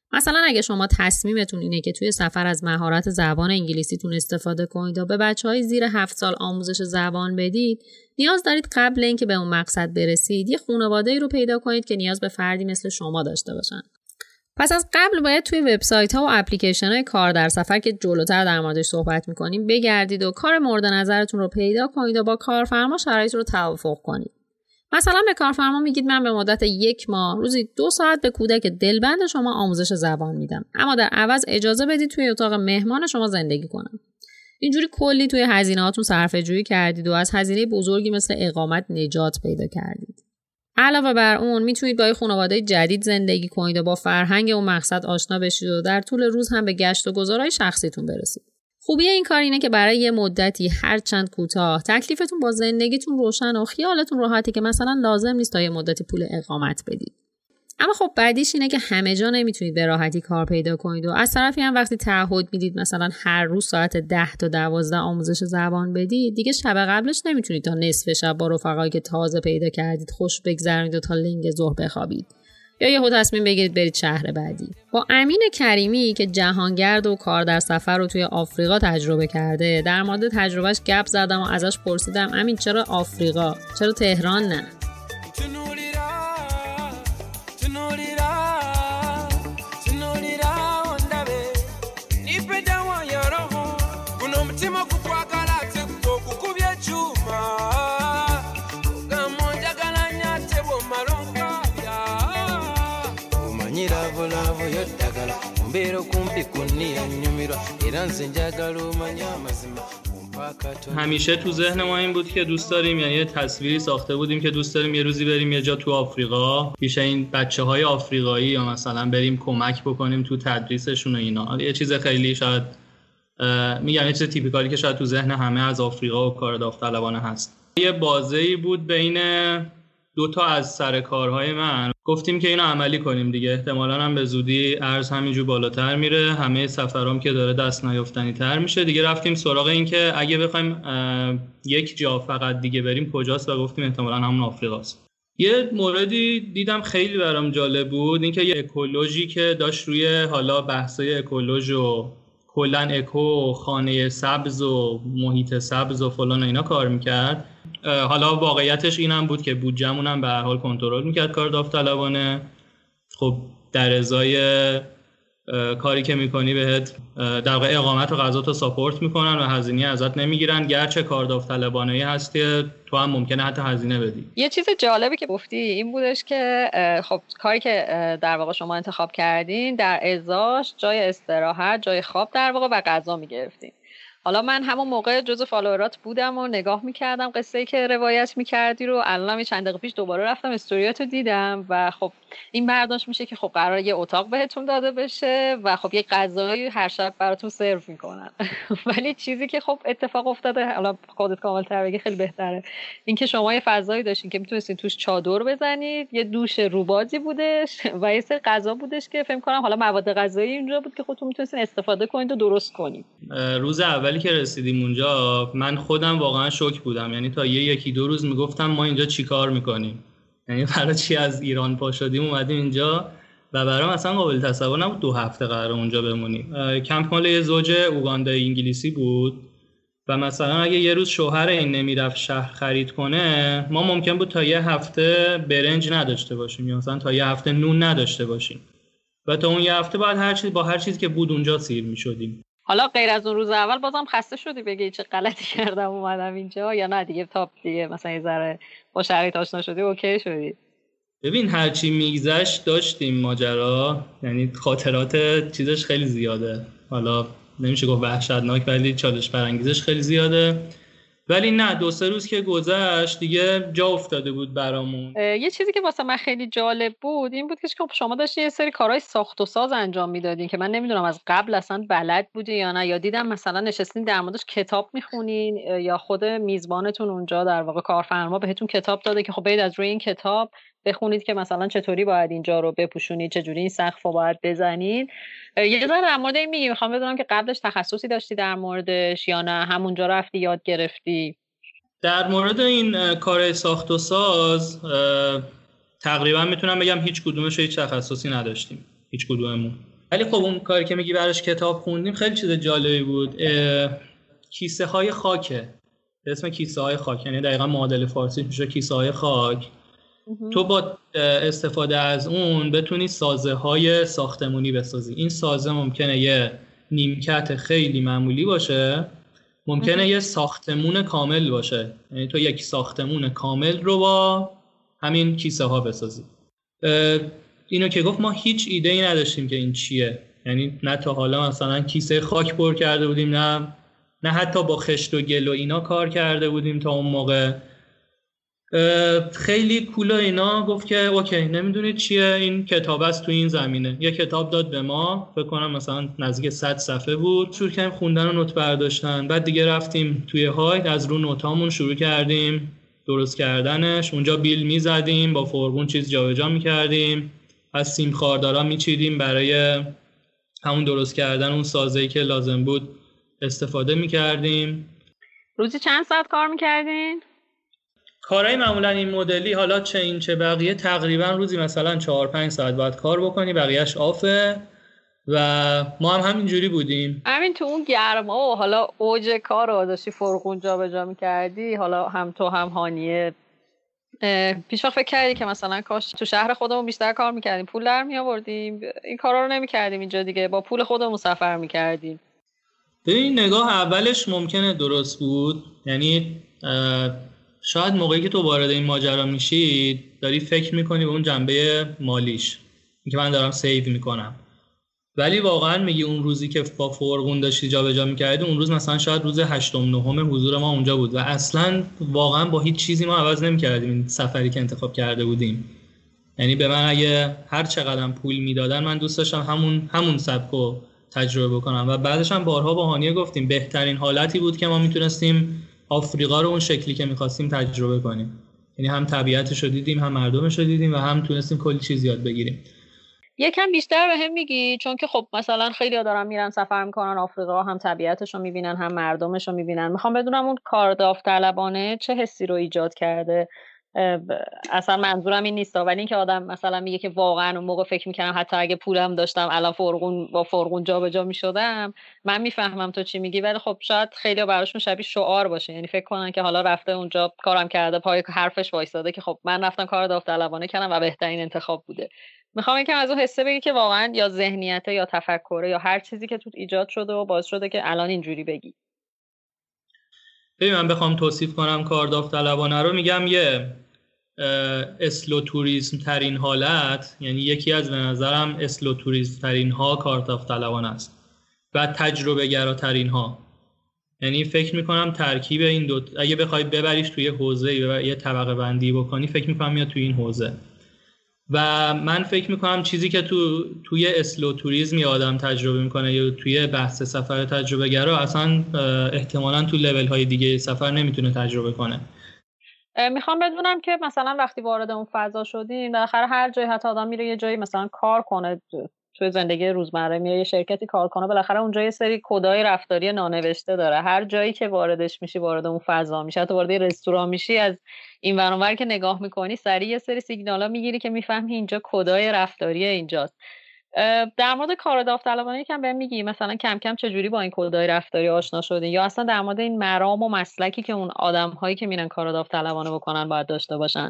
Speaker 5: مثلا اگه شما تصمیمتون اینه که توی سفر از مهارت زبان انگلیسیتون استفاده کنید و به بچه‌های زیر 7 سال آموزش زبان بدید، نیاز دارید قبل اینکه به اون مقصد برسید یه خانواده‌ای رو پیدا کنید که نیاز به فردی مثل شما داشته باشن. پس از قبل باید توی وبسایت‌ها و اپلیکیشن‌های کار در سفر که جلوتر در موردش صحبت می‌کنیم بگردید و کار مورد نظرتون رو پیدا کنید و با کارفرما شرایط رو توافق کنید. مثلا به کارفرما میگید من به مدت 1 ماه روزی 2 ساعت به کودک دلبند شما آموزش زبان میدم، اما در عوض اجازه بدید توی اتاق مهمان شما زندگی کنم. اینجوری کلی توی هزینه‌هاتون صرفه‌جویی کردید و از هزینه بزرگی مثل اقامت نجات پیدا کردید. علاوه بر اون میتونید با یه خانواده جدید زندگی کنید و با فرهنگ اون مقصد آشنا بشید و در طول روز هم به گشت و گذارهای شخصیتون برسید. خوبی این کار اینه که برای یه مدتی هر چند کوتاه تکلیفتون با زندگیتون روشن و خیالتون راحتی که مثلا لازم نیست تا یه مدتی پول اقامت بدید. اما خب بعدیش اینه که همه جا نمیتونید به راحتی کار پیدا کنید و از طرفی هم وقتی تعهد میدید مثلا هر روز ساعت 10 تا 12 آموزش زبان بدید، دیگه شب قبلش نمیتونید تا نصف شب با رفقایی که تازه پیدا کردید خوش بگذرونید و تا لنگ ظهر بخوابید یا یهو تصمیم بگیرید برید شهر بعدی. با امین کریمی که جهانگرد و کار در سفر رو توی آفریقا تجربه کرده در مورد تجربهش گپ زدم و ازش پرسیدم امین چرا آفریقا؟ چرا تهران نه؟
Speaker 9: همیشه تو ذهن ما این بود که دوست داریم، یعنی یه تصویری ساخته بودیم که دوست داریم یه روزی بریم یه جا تو آفریقا پیش این بچه‌های آفریقایی یا مثلا بریم کمک بکنیم تو تدریسشون و اینا. یه چیز خیلی شاید میگم یه چیز تیپیکالی که شاید تو ذهن همه از آفریقا و کار داوطلبانه هست. یه بازه‌ای بود بین 2 تا از سرکارهای من، گفتیم که اینو عملی کنیم دیگه، احتمالاً هم به زودی ارز همینجور بالاتر میره، همه سفرام که داره دست نیافتنی تر میشه دیگه. رفتیم سراغ این که اگه بخوایم یک جا فقط دیگه بریم کجاست و گفتیم احتمالاً همون آفریقاست. یه موردی دیدم خیلی برام جالب بود، این که یه اکولوژی که داشت روی حالا بحثای اکولوژی و کلن اکو خانه سبز و محیط سبز و فلان و اینا کار میکرد. حالا واقعیتش اینم بود که بودجه‌مون هم به هر حال کنترل میکرد کار داوطلبانه. خب در ازای کاری که میکنی بهت در واقع اقامت و غذا تو ساپورت میکنن و هزینه ازت نمیگیرن، گرچه کار داوطلبانه‌ای هستی تو هم ممکنه حتی هزینه بدی.
Speaker 10: یه چیز جالبی که گفتی این بودش که خب کاری که در واقع شما انتخاب کردین در ازاش جای استراحت، جای خواب در واقع و غذا میگرفتین. حالا من همون موقع جزو فالوورات بودم و نگاه میکردم قصه‌ای که روایت میکردی رو، الانم چند دقیقه پیش دوباره رفتم استوریاتو دیدم و خب این برداشت میشه که خب قرار یه اتاق بهتون داده بشه و خب یه غذایی هر شب براتون سرو میکنن. ولی چیزی که خب اتفاق افتاده، حالا خودت کامل‌تر بگی خیلی بهتره، این که شما یه فضایی داشتین که میتونستین توش چادر بزنید، یه دوش روبازی بودش و یه سری غذا بودش که فکر کنم حالا مواد غذایی اینجا بود که خودتون میتونستین استفاده کنید و درست کنید.
Speaker 9: روز اولی که رسیدیم اونجا من خودم واقعا شوک بودم، یعنی تا یکی دو روز میگفتم ما اینجا چی کار میکنیم، یعنی برای چی از ایران پا شدیم اومدیم اینجا و برام اصلا قابل تصور نبود 2 هفته قرار اونجا بمونیم. کمپ مال یه زوج اوگاندایی انگلیسی بود و مثلا اگه یه روز شوهر این نمیرفت شهر خرید کنه ما ممکن بود تا یه هفته برنج نداشته باشیم یا مثلا تا یه هفته نون نداشته باشیم و تا اون یه هفته بعد هر چیزی که بود اونجا سیر میشدیم.
Speaker 10: حالا غیر از اون روز اول بازم خسته شدی بگی چه غلطی کردم اومدم اینجا، یا نه دیگه تا دیگه مثلا یه ذره با شرایط آشنا شدی اوکی شدی؟
Speaker 9: ببین هرچی میگذشت داشتیم ماجرا، یعنی خاطرات چیزش خیلی زیاده، حالا نمیشه گفت وحشتناک ولی چالش برانگیزش خیلی زیاده، ولی نه 2-3 روز که گذشت دیگه جا افتاده بود برامون.
Speaker 10: یه چیزی که واسه من خیلی جالب بود این بود که شما داشتین یه سری کارهای ساخت و ساز انجام میدادین که من نمیدونم از قبل اصلا بلد بودین یا نه، یا دیدم مثلا نشستین در موردش کتاب میخونین یا خود میزبانتون اونجا در واقع کارفرما بهتون کتاب داده که خب برید از روی این کتاب بخونید که مثلا چطوری باید اینجا رو بپوشونید، چجوری این سقف رو باید بزنید. یه ذره در مورد این میگی، میخوام بدونم که قبلش تخصصی داشتی در موردش یا نه همونجا رفتی یاد گرفتی؟
Speaker 9: در مورد این کار ساخت و ساز تقریبا میتونم بگم هیچ کدومش هیچ تخصصی نداشتیم، هیچ کدوممون. ولی خب اون کاری که میگی براش کتاب خوندیم خیلی چیز جالبی بود. کیسه های خاکه، اسم کیسه های خاک، یعنی دقیقا معادل فارسی میشه کیسه های خاک. تو با استفاده از اون بتونی سازه های ساختمونی بسازی. این سازه ممکنه یه نیمکت خیلی معمولی باشه، ممکنه یه ساختمون کامل باشه، یعنی تو یک ساختمون کامل رو با همین کیسه ها بسازی. اینو که گفت ما هیچ ایده ای نداشتیم که این چیه، یعنی نه تا حالا مثلا کیسه خاک پر کرده بودیم، نه حتی با خشت و گل و اینا کار کرده بودیم تا اون موقع. خیلی کولا اینا. گفت که اوکی نمیدونید چیه، این کتاب است تو این زمینه. یه کتاب داد به ما، فکر کنم مثلا نزدیک 100 صفحه بود. شروع کردیم خوندن و نوت برداشتن. بعد دیگه رفتیم توی هایت، از رو نوتامون شروع کردیم درست کردنش. اونجا بیل میزدیم، با فرغون چیز جابجا میکردیم، از سیم خاردارا میچیدیم برای همون درست کردن اون سازه‌ای که لازم بود استفاده میکردیم.
Speaker 10: روزی چند ساعت کار میکردین؟
Speaker 9: کارهای معمولا این مدلی، حالا چه این چه بقیه، تقریبا روزی مثلا 4-5 ساعت باید کار بکنی، بقیهش آفه. و ما هم همینجوری بودیم.
Speaker 10: همین تو اون گرما و حالا اوج کار رو داشتی فرغون جابجا میکردی، حالا هم تو هم هانیه، پیش وقت فکر کردی که مثلا کاش تو شهر خودمون بیشتر کار میکردیم، پول در میآوردیم، این کارا رو نمیکردیم اینجا دیگه، با پول خودمون سفر میکردیم؟
Speaker 9: ببین نگاه اولش ممکنه درست بود، یعنی شاید موقعی که تو وارد این ماجرا میشی داری فکر میکنی به اون جنبه مالیش، اینکه من دارم سیو میکنم. ولی واقعا میگی اون روزی که با فرغون داشتی جابجا میکردی، اون روز مثلا شاید روز 8-9 حضور ما اونجا بود و اصلا واقعا با هیچ چیزی ما عوض نمیکردیم این سفری که انتخاب کرده بودیم. یعنی به من اگه هر چقدر پول میدادن من دوست داشتم همون سبکو تجربه بکنم. و بعدش هم بارها با هانیه گفتیم بهترین حالتی بود که ما میتونستیم آفریقا رو اون شکلی که می‌خواستیم تجربه کنیم. یعنی هم طبیعتش رو دیدیم، هم مردمش رو دیدیم و هم تونستیم کلی چیز یاد بگیریم.
Speaker 10: یکم بیشتر به هم میگی؟ چون که خب مثلا خیلی‌ها دارن میرن سفر میکنن آفریقا، هم طبیعتش رو میبینن هم مردمش رو میبینن. میخوام بدونم اون کار داوطلبانه چه حسی رو ایجاد کرده. اصلا منظورم این نیست، ولی اینکه آدم مثلا میگه که واقعا اون موقع فکر میکنم حتی اگه پولم داشتم الان با فرغون جابجا میشدم. من میفهمم تو چی میگی، ولی خب شاید خیلی‌ها براشون شبیه شعار باشه، یعنی فکر کنن که حالا رفته اونجا کارم کرده، پای حرفش وایساده که خب من رفتم کار داوطلبانه کردم و بهترین انتخاب بوده. میخوام یکم از اون حسه بگی که واقعا یا ذهنیته یا تفکره یا هر چیزی که تو ایجاد شده و باعث شده که الان اینجوری بگی.
Speaker 9: ببین من بخوام توصیف کنم کار داوطلبانه رو، میگم یه اسلو توریسم ترین حالت، یعنی یکی از به نظرم اسلو توریسم ترین ها کار داوطلبانه است و تجربه گراترین ها. یعنی فکر میکنم ترکیب این دو، اگه بخوای ببریش توی حوزه و یه طبقه بندی بکنی، فکر میکنم میاد توی این حوزه. و من فکر میکنم چیزی که توی اسلو توریسم آدم تجربه میکنه یا توی بحث سفر تجربه گرا، اصلا احتمالاً تو لول های دیگه سفر نمیتونه تجربه کنه.
Speaker 10: میخوام بدونم که مثلا وقتی وارد اون فضا شدیم، بالاخره هر جایی حتی آدم میره یه جایی مثلا کار کنه، توی زندگی روزمره میره یه شرکتی کار کنه، بالاخره اونجا یه سری کدای رفتاری نانوشته داره. هر جایی که واردش میشی، وارد اون فضا میشی، حتی وارد رستوران میشی، از این ور اون ور که نگاه میکنی سریع یه سری سیگنالا میگیری که میفهمی اینجا کدای رفتاری اینجاست. در مورد کار داوطلبانه یکم بهم میگی مثلا کم کم چجوری با این کدای رفتاری آشنا شدین، یا اصلا در مورد این مرام و مسلکی که اون آدم‌هایی که میرن کار داوطلبانه بکنن باید داشته باشن؟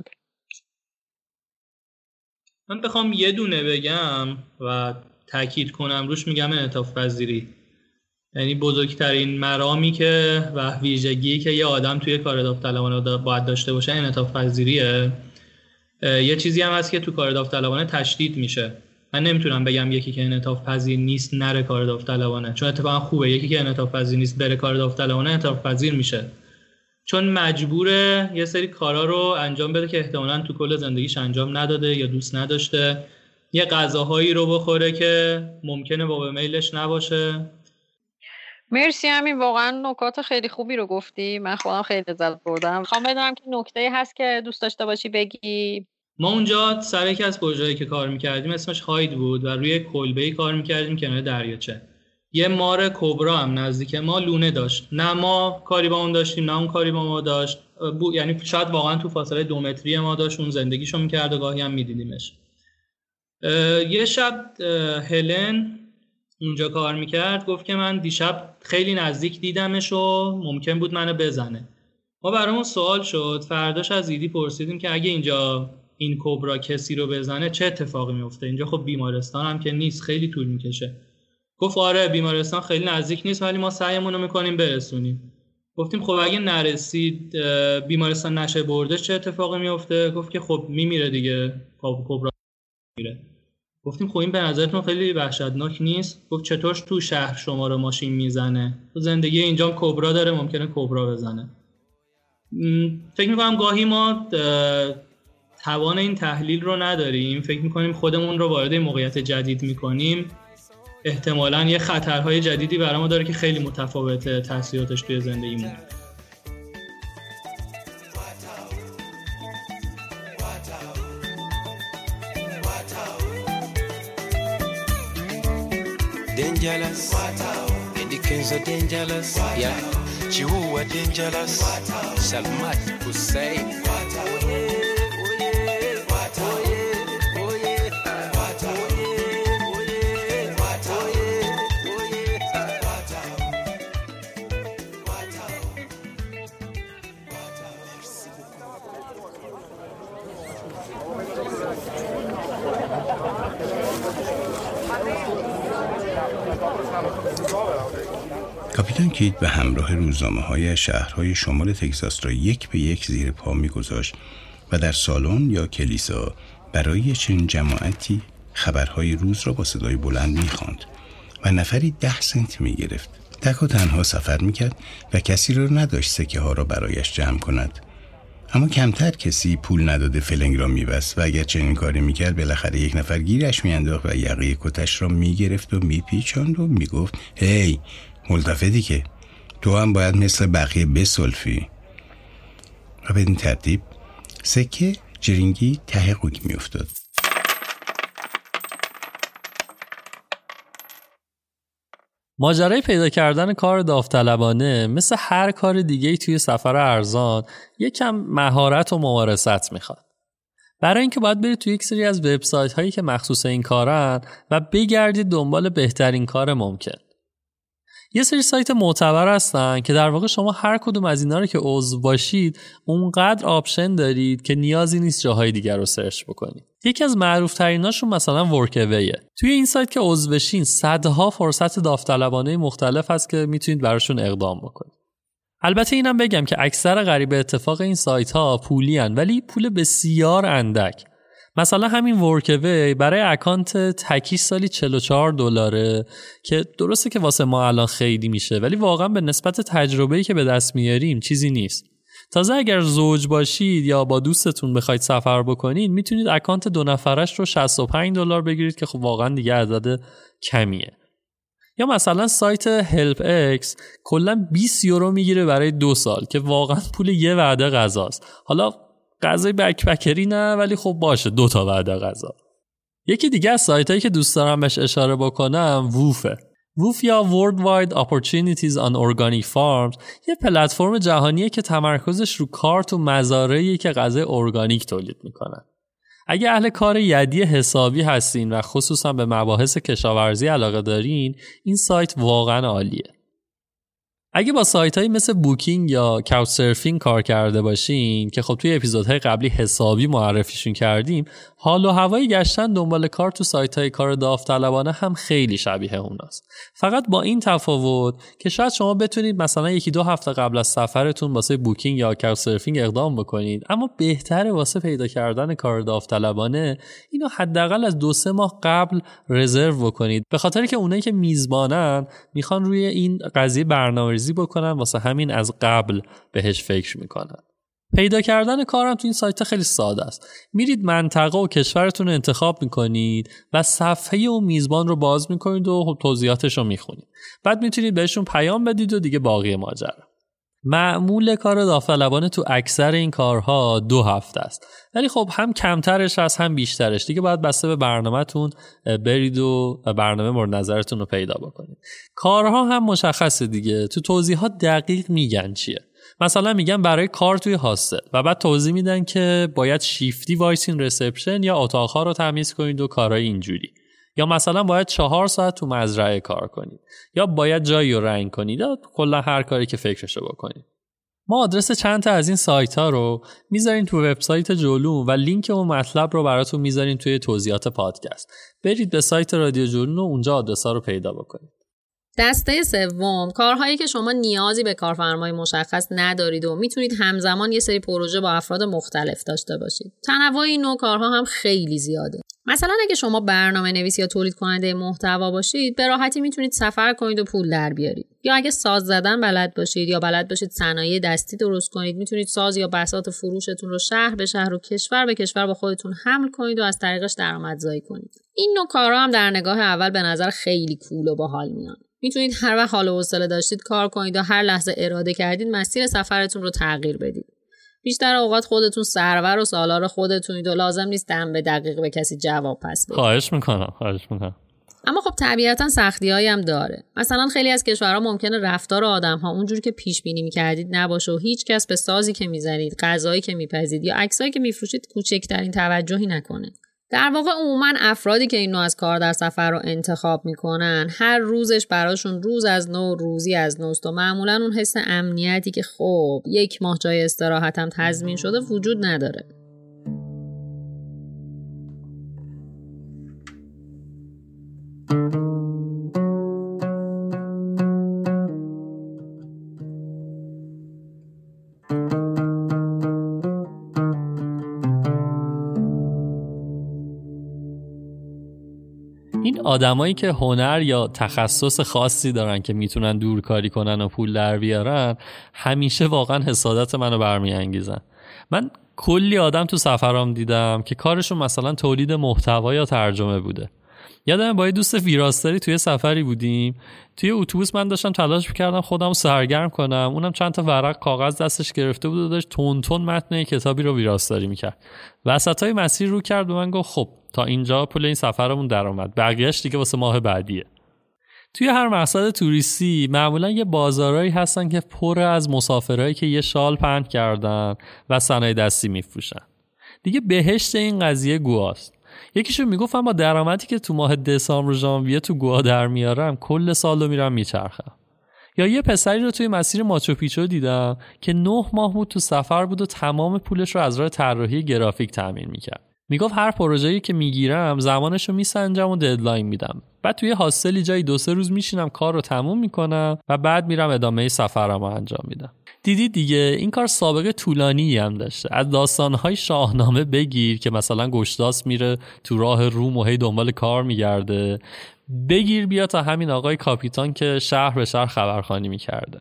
Speaker 9: من بخوام یه دونه بگم و تاکید کنم روش، میگم انعطاف پذیری. یعنی بزرگترین مرامی که و ویژگی که یه آدم توی کار داوطلبانه باید داشته باشه انعطاف پذیریه. یه چیزی هم هست که تو کار داوطلبانه تشدید میشه. من نمیتونم بگم یکی که انعطاف پذیر نیست نره کار داوطلبانه، چون اتفاقا خوبه. یکی که انعطاف پذیر نیست بره کار داوطلبانه انعطاف پذیر میشه، چون مجبوره یه سری کارا رو انجام بده که احتمالاً تو کل زندگیش انجام نداده یا دوست نداشته، یه غذاهایی رو بخوره که ممکنه باب میلش نباشه.
Speaker 10: مرسی، همین واقعا نکات خیلی خوبی رو گفتی، من خودم خیلی لذت بردم. میخوام بدونم که نکته‌ای هست که دوست داشته باشی بگی؟
Speaker 9: ما اونجا سر یکی از پروژه‌ای که کار می‌کردیم اسمش هاید بود و روی کلبه‌ای کار می‌کردیم کنار دریاچه. یه مار کبرا هم نزدیک ما لونه داشت. نه ما کاری با اون داشتیم نه اون کاری با ما داشت. یعنی شاید واقعا تو فاصله 2 متری ما داشت، اون زندگیشو می‌کرد و گاهی هم می‌دیدیمش. یه شب هلن اونجا کار میکرد گفت که من دیشب خیلی نزدیک دیدمش و ممکن بود منو بزنه. ما برامون سوال شد، فرداش از ایدی پرسیدیم که اگه اینجا این کبرا کسی رو بزنه چه اتفاقی میفته؟ اینجا خب بیمارستان هم که نیست، خیلی طول میکشه. گفت آره بیمارستان خیلی نزدیک نیست ولی ما سعیمون رو میکنیم برسونیم. گفتیم خب اگه نرسید بیمارستان نشه بردش چه اتفاقی میفته؟ گفت که خب میمیره دیگه، کبرا میره. گفتیم خب این به نظرتون خیلی وحشتناک نیست؟ گفت چطور تو شهر شما رو ماشین میزنه؟ تو زندگی اینجا کبرا داره، ممکنه کبرا بزنه. فکر میکنم گاهی ما توان این تحلیل رو نداریم، فکر میکنیم خودمون رو وارد موقعیت جدید میکنیم، احتمالاً یه خطرهای جدیدی برای ما داره که خیلی متفاوته تاثیراتش توی زندگیمون.
Speaker 11: Dangerous, Indians are dangerous, yeah. Chihuahua dangerous, Salmat Hussein.
Speaker 4: کاپیتان کیت به همراه روزنامه‌های شهرهای شمال تگزاس را یک به یک زیر پا می‌گذاشت و در سالن یا کلیسا برای چنین جماعتی خبرهای روز را با صدای بلند می‌خواند و نفری 10 سنت می‌گرفت. تک و تنها سفر می‌کرد و کسی را نداشت سکه‌ها را برایش جمع کند. اما کمتر کسی پول نداده فلنگ را می‌بست و اگر چنین کاری می‌کرد بالاخره یک نفر گیرش می‌انداخت و یقه کتش را می‌گرفت و می‌پیچاند و می‌گفت هی ملتفتی که تو هم باید مثل بقیه بسلفی. و به این ترتیب سکه جرینگی ته قوک می افتاد.
Speaker 6: ماجرای پیدا کردن کار داوطلبانه مثل هر کار دیگه‌ای توی سفر ارزان یکم مهارت و ممارست میخواد. برای اینکه باید برید توی یک سری از وبسایت هایی که مخصوص این کارن و بگردید دنبال بهترین کار ممکن. یه سری سایت معتبر هستن که در واقع شما هر کدوم از اینا رو که عضو باشید اونقدر آپشن دارید که نیازی نیست جاهای دیگر رو سرچ بکنید. یکی از معروف تریناشون مثلا ورکویه. توی این سایت که عضو بشین صدها فرصت داوطلبانه مختلف هست که میتونید براشون اقدام بکنید. البته اینم بگم که اکثر غریب اتفاق این سایت ها پولی هن ولی پول بسیار اندک. مثلا همین ورکوی برای اکانت تکی سالی $44 که درسته که واسه ما الان خیلی میشه ولی واقعا به نسبت تجربه‌ای که به دست میاریم چیزی نیست. تازه اگر زوج باشید یا با دوستتون بخواید سفر بکنید میتونید اکانت 2 نفرش رو $65 بگیرید که خب واقعا دیگه عدد کمیه. یا مثلا سایت هلپ اکس کلا $20 میگیره برای 2 سال که واقعا پول یه وعده غذاست. حالا غذای بکپکری نه ولی خب باشه 2 تا وعده غذا. یکی دیگه از سایتایی که دوست دارم بهش اشاره بکنم ووفه. ووف یا Worldwide Opportunities on Organic Farms یه پلتفرم جهانیه که تمرکزش رو کارت و مزارعی که غذای ارگانیک تولید میکنن. اگه اهل کار یدی حسابی هستین و خصوصا به مباحث کشاورزی علاقه دارین این سایت واقعا عالیه. اگه با سایت‌هایی مثل بوکینگ یا کاوچ سرفینگ کار کرده باشین که خب توی اپیزودهای قبلی حسابی معرفیشون کردیم، حال و هوای گشتن دنبال کار تو سایت‌های کار داوطلبانه هم خیلی شبیه اوناست. فقط با این تفاوت که شاید شما بتونید مثلا 1-2 هفته قبل از سفرتون واسه بوکینگ یا کاوچ سرفینگ اقدام بکنید، اما بهتره واسه پیدا کردن کار داوطلبانه اینو حداقل از 2-3 ماه قبل رزرو بکنید، به خاطر که اونایی که میزبانن میخوان روی این قضیه برنامه‌ریزی بکنن، واسه همین از قبل بهش فکر میکنن. پیدا کردن کارم تو این سایت خیلی ساده است. میرید منطقه و کشورتون رو انتخاب میکنید و صفحه و میزبان رو باز میکنید و توضیحاتش رو میخونید. بعد میتونید بهشون پیام بدید و دیگه باقی ماجرا. معمول کار داوطلبانه تو اکثر این کارها 2 هفته است. ولی خب هم کمترش هست هم بیشترش. دیگه باید بسته به برنامه‌تون برید و برنامه مورد نظرتون رو پیدا بکنید. کارها هم مشخصه دیگه. تو توضیحات دقیق میگن چیه. مثلا میگن برای کار توی هاستل و بعد توضیح میدن که باید شیفتی وایسین رسپشن یا اتاق‌ها رو تمیز کنید و کارهای اینجوری. یا مثلا باید 4 ساعت تو مزرعه کار کنید، یا باید جایی رو رنگ کنید، یا کلا هر کاری که فکرشو بکنید. ما آدرس چند تا از این سایت ها رو میذاریم تو وبسایت جولون و لینک اون مطلب رو براتون میذاریم توی توضیحات پادکست. برید به سایت رادیو جولون و اونجا آدرس ها رو پیدا بکنید.
Speaker 5: دسته سوم، کارهایی که شما نیازی به کارفرمای مشخص ندارید و میتونید همزمان یه سری پروژه با افراد مختلف داشته باشید. تنوع این نوع کارها هم خیلی زیاده. مثلا اگه شما برنامه‌نویس یا تولید کننده محتوا باشید، به راحتی میتونید سفر کنید و پول در بیارید. یا اگه ساز زدن بلد باشید یا بلد باشید صنایع دستی درست کنید، میتونید ساز یا بساط فروشتون رو شهر به شهر و کشور به کشور با خودتون حمل کنید و از طریقش درآمدزایی کنید. این نوع کارها هم در نگاه اول به نظر خیلی کول و باحال میان. میتونید هر وقت حال و حوصله داشتید کار کنید و هر لحظه اراده کردید مسیر سفرتون رو تغییر بدید. بیشتر اوقات خودتون سرور و سالار خودتونید و لازم نیست دم به دقیق به کسی جواب پس بدید.
Speaker 6: خواهش میکنم.
Speaker 5: اما خب طبیعتاً سختی‌هایی هم داره. مثلا خیلی از کشورها ممکنه رفتار آدم‌ها اونجوری که پیش بینی می‌کردید نباشه و هیچ کس به سازی که می‌زنید، غذایی که می‌پزید یا عکسایی که می‌فروشید کوچکترین توجهی نکنه. در واقع عموماً افرادی که این نوع از کار در سفر رو انتخاب میکنن هر روزش براشون روز از نو روزی از نوست و معمولاً اون حس امنیتی که خب 1 ماه جای استراحتم تضمین شده وجود نداره.
Speaker 6: این آدمایی که هنر یا تخصص خاصی دارن که میتونن دورکاری کنن و پول در بیارن همیشه واقعا حسادت منو برمیانگیزن. من کلی آدم تو سفرام دیدم که کارشون مثلا تولید محتوا یا ترجمه بوده. یادم با یه دوست ویراستاری توی سفری بودیم، توی اتوبوس من داشتم تلاش می‌کردم خودم رو سرگرم کنم، اونم چند تا ورق کاغذ دستش گرفته بود و داشت تون متن کتابی رو ویراستاری می‌کرد. وسطای مسیر رو کرد و من گفت خب تا اینجا پول این سفرمون درآمد، بقیه‌اش دیگه واسه ماه بعدیه. توی هر مقصد توریستی معمولا یه بازارایی هستن که پر از مسافرایی که یه شال پهن کردن و صنایع دستی می‌فروشن. دیگه بهشت این قضیه گواست. یکیشون میگفت من با درآمدی که تو ماه دسامبر و ژانویه تو گوا در میارم کل سالو میرم میچرخم. یا یه پسری رو توی مسیر ماچو پیچو دیدم که 9 ماه بود تو سفر بود و تمام پولش رو از راه طراحی گرافیک تامین میکرد. میگفت هر پروژه‌ای که میگیرم زمانش رو میسنجم و ددلاین میدم. بعد توی هاستلی جایی 2-3 روز میشینم کار رو تموم میکنم و بعد میرم ادامه سفرم رو انجام میدم. دیدی دیگه این کار سابقه طولانی هم داشته. از داستانهای شاهنامه بگیر که مثلا گشتاس میره تو راه روم و هی دنبال کار میگرده، بگیر بیا تا همین آقای کاپیتان که شهر به شهر خبرخوانی میکرده.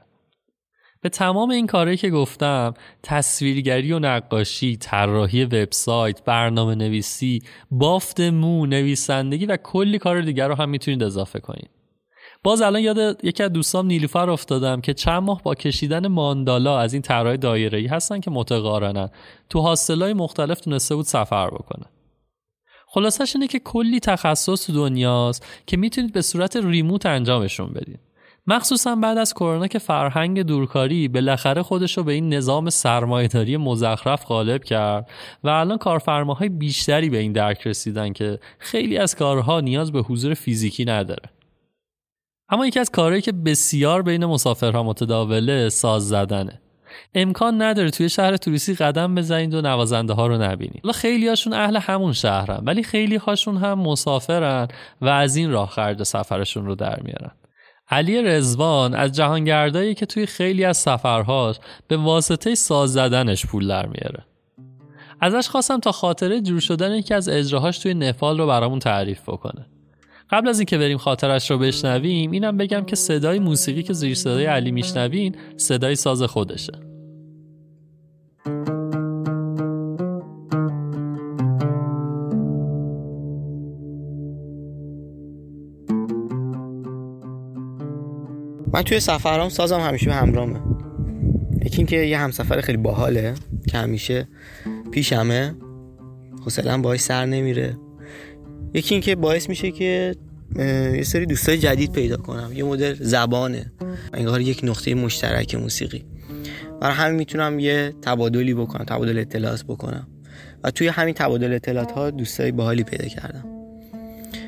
Speaker 6: به تمام این کارهایی که گفتم، تصویرگری و نقاشی، طراحی وبسایت، برنامه نویسی، بافت مو، نویسندگی و کلی کار دیگر رو هم میتونید اضافه کنید. باز الان یاد یکی از دوستام نیلوفر افتادم که چند ماه با کشیدن ماندالا از این طرح‌های دایره‌ای هستن که متقارنن تو هاستل‌های مختلف تونسته بود سفر بکنه. خلاصش اینه که کلی تخصص تو دنیاست که میتونید به صورت ریموت انجامشون بدید. مخصوصا بعد از کرونا که فرهنگ دورکاری بالاخره خودش رو به این نظام سرمایه‌داری مزخرف غالب کرد و الان کارفرماهای بیشتری به این درک رسیدن که خیلی از کارها نیاز به حضور فیزیکی نداره. اما یکی از کارهایی که بسیار بین مسافرها متداوله ساز زدنه. امکان نداره توی شهر توریستی قدم بزنید و نوازنده ها رو نبینید. حالا خیلی هاشون اهل همون شهرن ولی خیلی هاشون هم مسافرن و از این راه خرج سفرشون رو در میارن. علی رضوان از جهانگردایی که توی خیلی از سفرهاش به واسطه ساز زدنش پول در میاره. ازش خواستم تا خاطره جور شدن یکی از اجراهاش توی نپال رو برامون تعریف بکنه. قبل از اینکه بریم خاطرش رو بشنویم اینم بگم که صدای موسیقی که زیر صدای علی میشنوین صدای ساز خودشه.
Speaker 12: من توی سفرام سازم همیشه به همراهمه. یکی این که یه همسفر خیلی باحاله که همیشه پیشمه، حوصله‌ام باهاش سر نمیره. یکی این که باعث میشه که یه سری دوستای جدید پیدا کنم. یه مدل زبانه، انگار یک نقطه مشترک موسیقی. برای همین میتونم یه تبادلی بکنم، تبادل اطلاعات بکنم و توی همین تبادل اطلاعات ها دوستای باحالی پیدا کردم.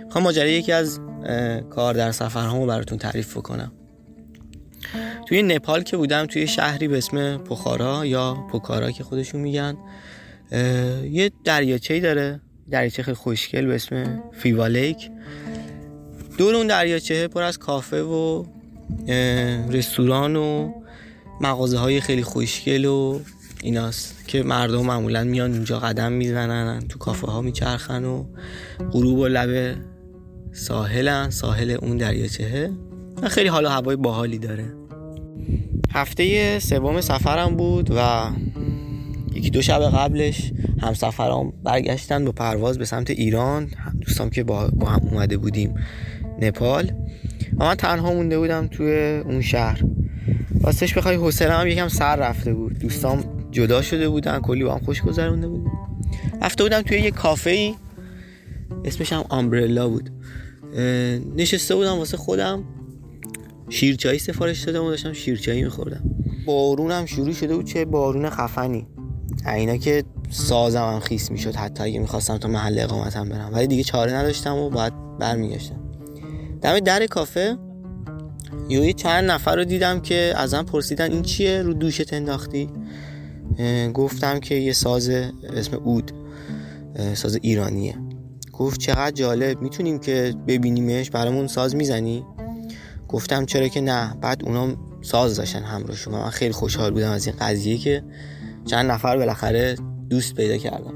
Speaker 12: میخوام ماجرای یکی از کار در سفرهامو براتون تعریف کنم. توی نپال که بودم، توی شهری به اسم پوخارا یا پوکارا که خودشون میگن، یه دریاچه‌ای داره، دریاچه خیلی خوشگل به اسم فیوا لیک. دور اون دریاچه پر از کافه و رستوران و مغازه های خیلی خوشگل و ایناست که مردم معمولا میان اونجا قدم میزنن، تو کافه ها میچرخن و غروب و لب ساحل اون دریاچه خیلی حال و هوای باحالی داره. هفته سوم سفرم بود و یکی دو شب قبلش همسفرام برگشتن با پرواز به سمت ایران، دوستام که با هم اومده بودیم نپال و من تنها مونده بودم توی اون شهر. راستش بخوای حوصله‌ام یکم سر رفته بود، دوستام جدا شده بودن، کلی با هم خوش گذرونده بودیم. رفته بودم توی یه کافه‌ای اسمش هم آمبرلا بود، نشسته بودم واسه خودم، شیرچایی سفارش دادم و داشتم شیرچایی می‌خوردم. بارونم شروع شده بود، چه بارون خفنی، اینا که سازم هم خیس میشد حتی اگه میخواستم تا محل اقامتم برم، ولی دیگه چاره نداشتم و باید برمیگشتم. دم در کافه یه چند نفر رو دیدم که ازم پرسیدن این چیه رو دوشت انداختی؟ گفتم که یه ساز اسم اود، ساز ایرانیه. گفت چقدر جالب، میتونیم که ببینیمش، برامون ساز میزنی؟ گفتم چرا که نه. بعد اونا ساز داشتن همراهشون، من خیلی خوشحال بودم از این قضیه که چند نفر بالاخره دوست پیدا کردم.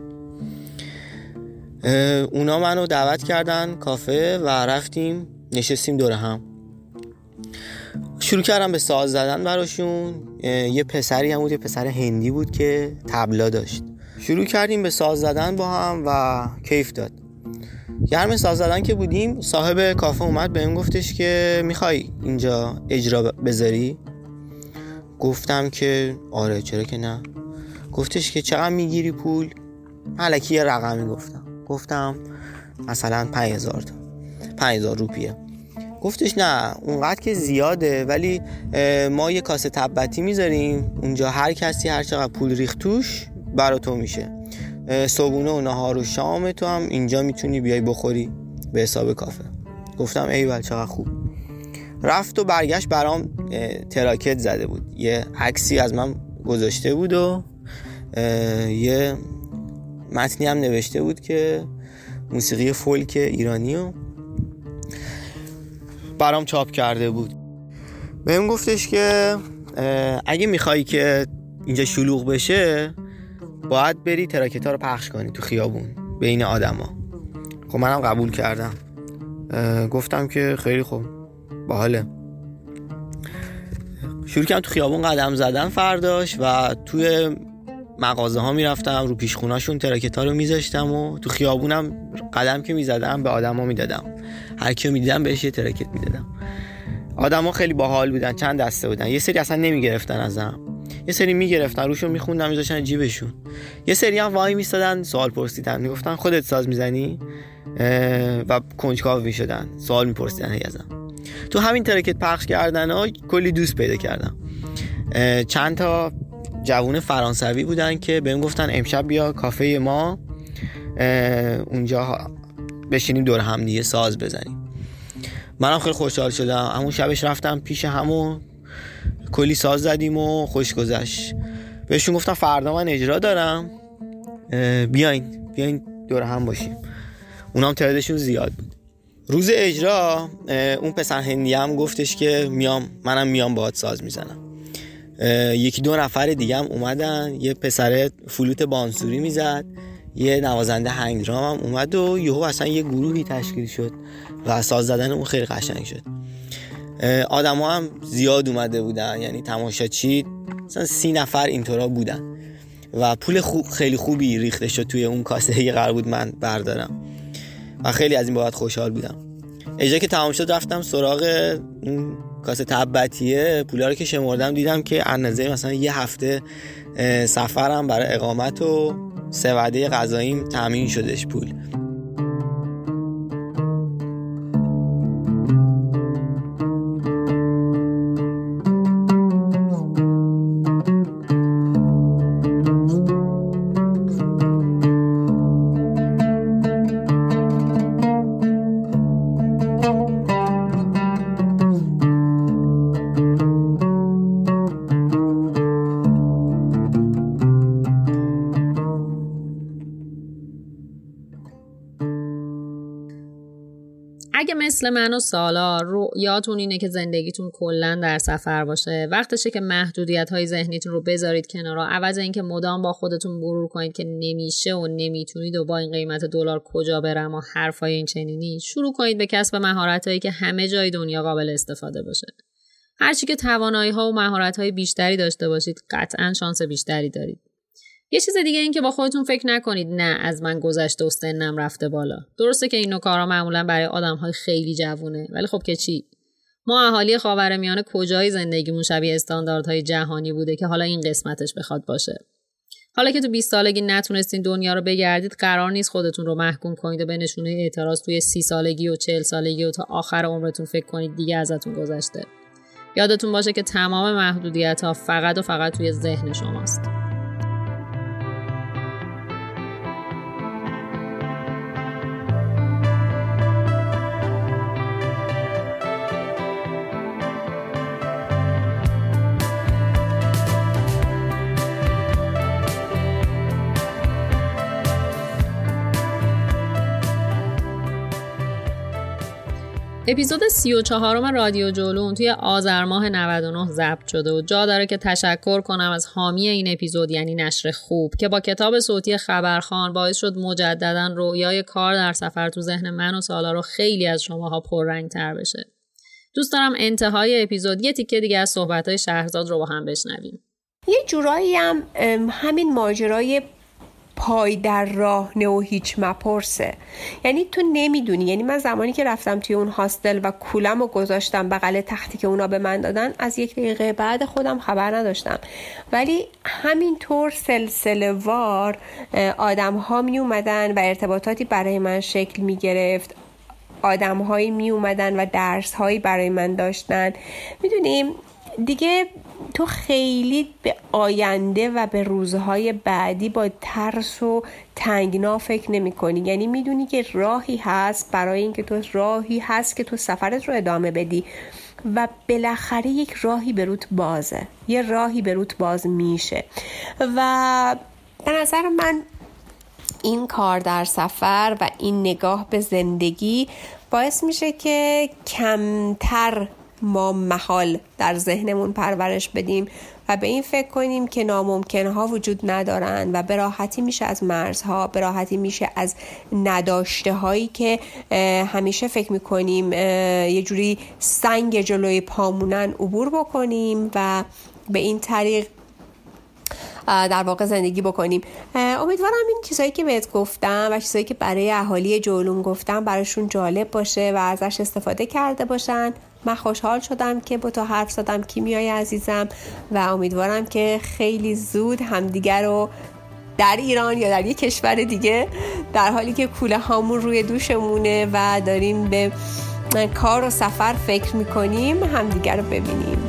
Speaker 12: اونا منو دعوت کردن کافه و رفتیم نشستیم دور هم، شروع کردم به ساز زدن براشون. یه پسری هم بود، یه پسر هندی بود که طبلا داشت. شروع کردیم به ساز زدن با هم و کیف داد. گرم ساز زدن که بودیم، صاحب کافه اومد بهم گفتش که میخوای اینجا اجرا بذاری؟ گفتم که آره چرا که نه. گفتش که چقدر میگیری پول؟ الکی یه رقمی گفتم مثلا 5000 روپیه. گفتش نه اونقدر که زیاده، ولی ما یه کاسه تبتی میذاریم اونجا، هر کسی هر چقدر پول ریخت توش برا تو میشه. صبحونه و نهار و شام تو هم اینجا میتونی بیای بخوری به حساب کافه. گفتم ایول چقدر خوب. رفت و برگشت برام تراکت زده بود، یه عکسی از من گذاشته بود و یه متنی هم نوشته بود که موسیقی فولک ایرانی رو برام چاپ کرده بود. بهم گفتش که اگه میخوایی که اینجا شلوغ بشه باید بری تراکت ها رو پخش کنی تو خیابون بین آدما. خب منم قبول کردم، گفتم که خیلی خوب باحاله. شروع کردم تو خیابون قدم زدن فرداش و توی مغازه ها میرفتم، رو پیشخوناشون تراکت ها رو میذاشتم و تو خیابونم قدم که میزدم به آدما میدادم، هر کیو میدیدم بهش یه تراکت میدادم. آدما خیلی باحال بودن، چند دسته بودن، یه سری اصلا نمیگرفتن ازم، یه سری میگرفتن روشو میخوندن میذاشتن جیبشون، یه سری هم وای میستادن سوال پرسیدن، میگفتن خودت ساز میزنی و کنجکاو میشدن سوال میپرسیدن ازم. تو همین تراکت پخش کردن ها کلی دوست پیدا کردم. چند تا جوون فرانسوی بودن که بهم گفتن امشب بیا کافه ما اونجا بشینیم دور هم دیگه ساز بزنیم. منم خیلی خوشحال شدم. همون شبش رفتم پیش همون کلی ساز زدیم و خوش گذشت. بهشون گفتم فردا من اجرا دارم، بیاین دور هم باشیم. اونام تعدادشون زیاد بود. روز اجرا اون پسر هندی هم گفتش که منم میام باهات ساز میزنم. یکی دو نفر دیگه هم اومدن، یه پسر فلوت بانسوری میزد، یه نوازنده هنگدرام هم اومد و یهو اصلا یه گروهی تشکیل شد و ساز زدن اون خیلی قشنگ شد. آدما هم زیاد اومده بودن، یعنی تماشاچی مثلا 30 نفر اینطورا بودن و پول خیلی خوبی ریخته شد توی اون کاسه که قرار بود من بردارم و خیلی از این بابت خوشحال بودم. اجرا که تمام شد رفتم سراغ اون کاسه تبتیه، پولا رو که شمردم دیدم که اندازه مثلا یه هفته سفرم برای اقامت و 3 وعده غذاییم تامین شدش پول.
Speaker 5: اگه مثل من و سالار رؤیاتون اینه که زندگیتون کلاً در سفر باشه، وقتشه که محدودیت‌های ذهنیتون رو بذارید کنار، عوض اینکه مدام با خودتون غرور کنید که نمیشه و نمیتونید و با این قیمت دلار کجا برم و حرفای این چنینی، شروع کنید به کسب مهارتایی که همه جای دنیا قابل استفاده باشه. هرچی که توانایی‌ها و مهارت‌های بیشتری داشته باشید، قطعاً شانس بیشتری دارید. یه چیز دیگه این که با خودتون فکر نکنید نه از من گذشته و سنم رفته بالا. درسته که این نوع کارا معمولا برای آدم‌های خیلی جوونه، ولی خب که چی؟ ما اهالی خاورمیانه کجای زندگیمون شبیه استانداردهای جهانی بوده که حالا این قسمتش بخواد باشه. حالا که تو 20 سالگی نتونستین دنیا رو بگردید، قرار نیست خودتون رو محکوم کنید و به نشونه اعتراض توی 30 سالگی و 40 سالگی و تا آخر عمرتون فکر کنید دیگه ازتون گذشته. یادتون باشه که تمام محدودیت‌ها فقط و فقط توی ذهن شماست. اپیزود 34 رادیو جولون توی آذر ماه 99 ضبط شده و جا داره که تشکر کنم از حامی این اپیزود یعنی نشر خوب که با کتاب صوتی خبرخوان باعث شد مجدداً رویای کار در سفر تو ذهن من و سالار رو خیلی از شماها پررنگ‌تر بشه. دوست دارم انتهای اپیزود یه تیکه دیگه از صحبت‌های شهرزاد رو با هم بشنویم.
Speaker 8: یه جورایی هم همین ماجرای پای در راه نه و هیچ مپرسه. یعنی تو نمیدونی. یعنی من زمانی که رفتم توی اون هاستل و کولم رو گذاشتم بغل تختی که اونا به من دادن، از 1 دقیقه بعد خودم خبر نداشتم. ولی همینطور سلسله وار آدم ها می اومدن و ارتباطاتی برای من شکل می گرفت. آدم هایی می اومدن و درس هایی برای من داشتن. میدونیم دیگه تو خیلی به آینده و به روزهای بعدی با ترس و تنگنا فکر نمی کنی. یعنی میدونی که راهی هست برای اینکه تو سفرت رو ادامه بدی و بالاخره یک راهی به روت بازه. یه راهی به روت باز میشه و به نظر من این کار در سفر و این نگاه به زندگی باعث میشه که کمتر ما محال در ذهنمون پرورش بدیم و به این فکر کنیم که ناممکنها وجود ندارن و به راحتی میشه از مرزها، به راحتی میشه از نداشته هایی که همیشه فکر میکنیم یه جوری سنگ جلوی پامونن عبور بکنیم و به این طریق در واقع زندگی بکنیم. امیدوارم این چیزایی که بهت گفتم و چیزایی که برای اهالی جولون گفتم براشون جالب باشه و ازش استفاده کرده باشن. من خوشحال شدم که با تو حرف زدم کیمیای عزیزم و امیدوارم که خیلی زود همدیگر رو در ایران یا در یک کشور دیگه در حالی که کوله هامون روی دوشمونه و داریم به کار و سفر فکر میکنیم همدیگر رو ببینیم.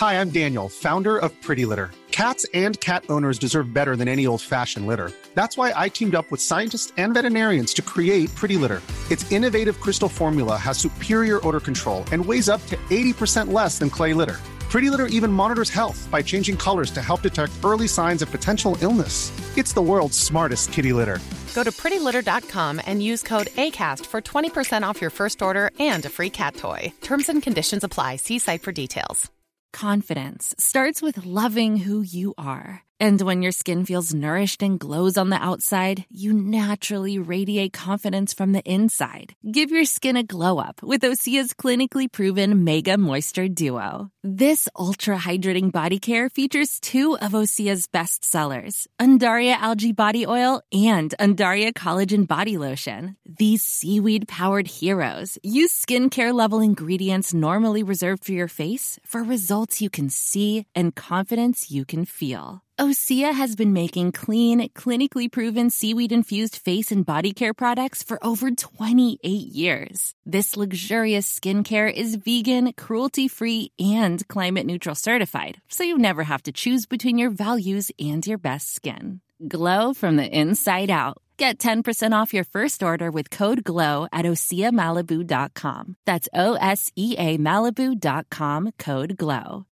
Speaker 13: Hi, I'm Daniel, founder of Pretty Litter. Cats and cat owners deserve better than any old-fashioned litter. That's why I teamed up with scientists and veterinarians to create Pretty Litter. Its innovative crystal formula has superior odor control and weighs up to 80% less than clay litter. Pretty Litter even monitors health by changing colors to help detect early signs of potential illness. It's the world's smartest kitty litter.
Speaker 14: Go to prettylitter.com and use code ACAST for 20% off your first order and a free cat toy. Terms and conditions apply. See site for details.
Speaker 15: Confidence starts with loving who you are. And when your skin feels nourished and glows on the outside, you naturally radiate confidence from the inside. Give your skin a glow up with Osea's clinically proven Mega Moisture Duo. This ultra-hydrating body care features 2 of Osea's best sellers, Undaria Algae Body Oil and Undaria Collagen Body Lotion. These seaweed-powered heroes use skincare-level ingredients normally reserved for your face for results you can see and confidence you can feel. Osea has been making clean, clinically proven seaweed-infused face and body care products for over 28 years. This luxurious skincare is vegan, cruelty-free, and climate-neutral certified, so you never have to choose between your values and your best skin. Glow from the inside out. Get 10% off your first order with code GLOW at OseaMalibu.com. That's OSEAMalibu.com, code GLOW.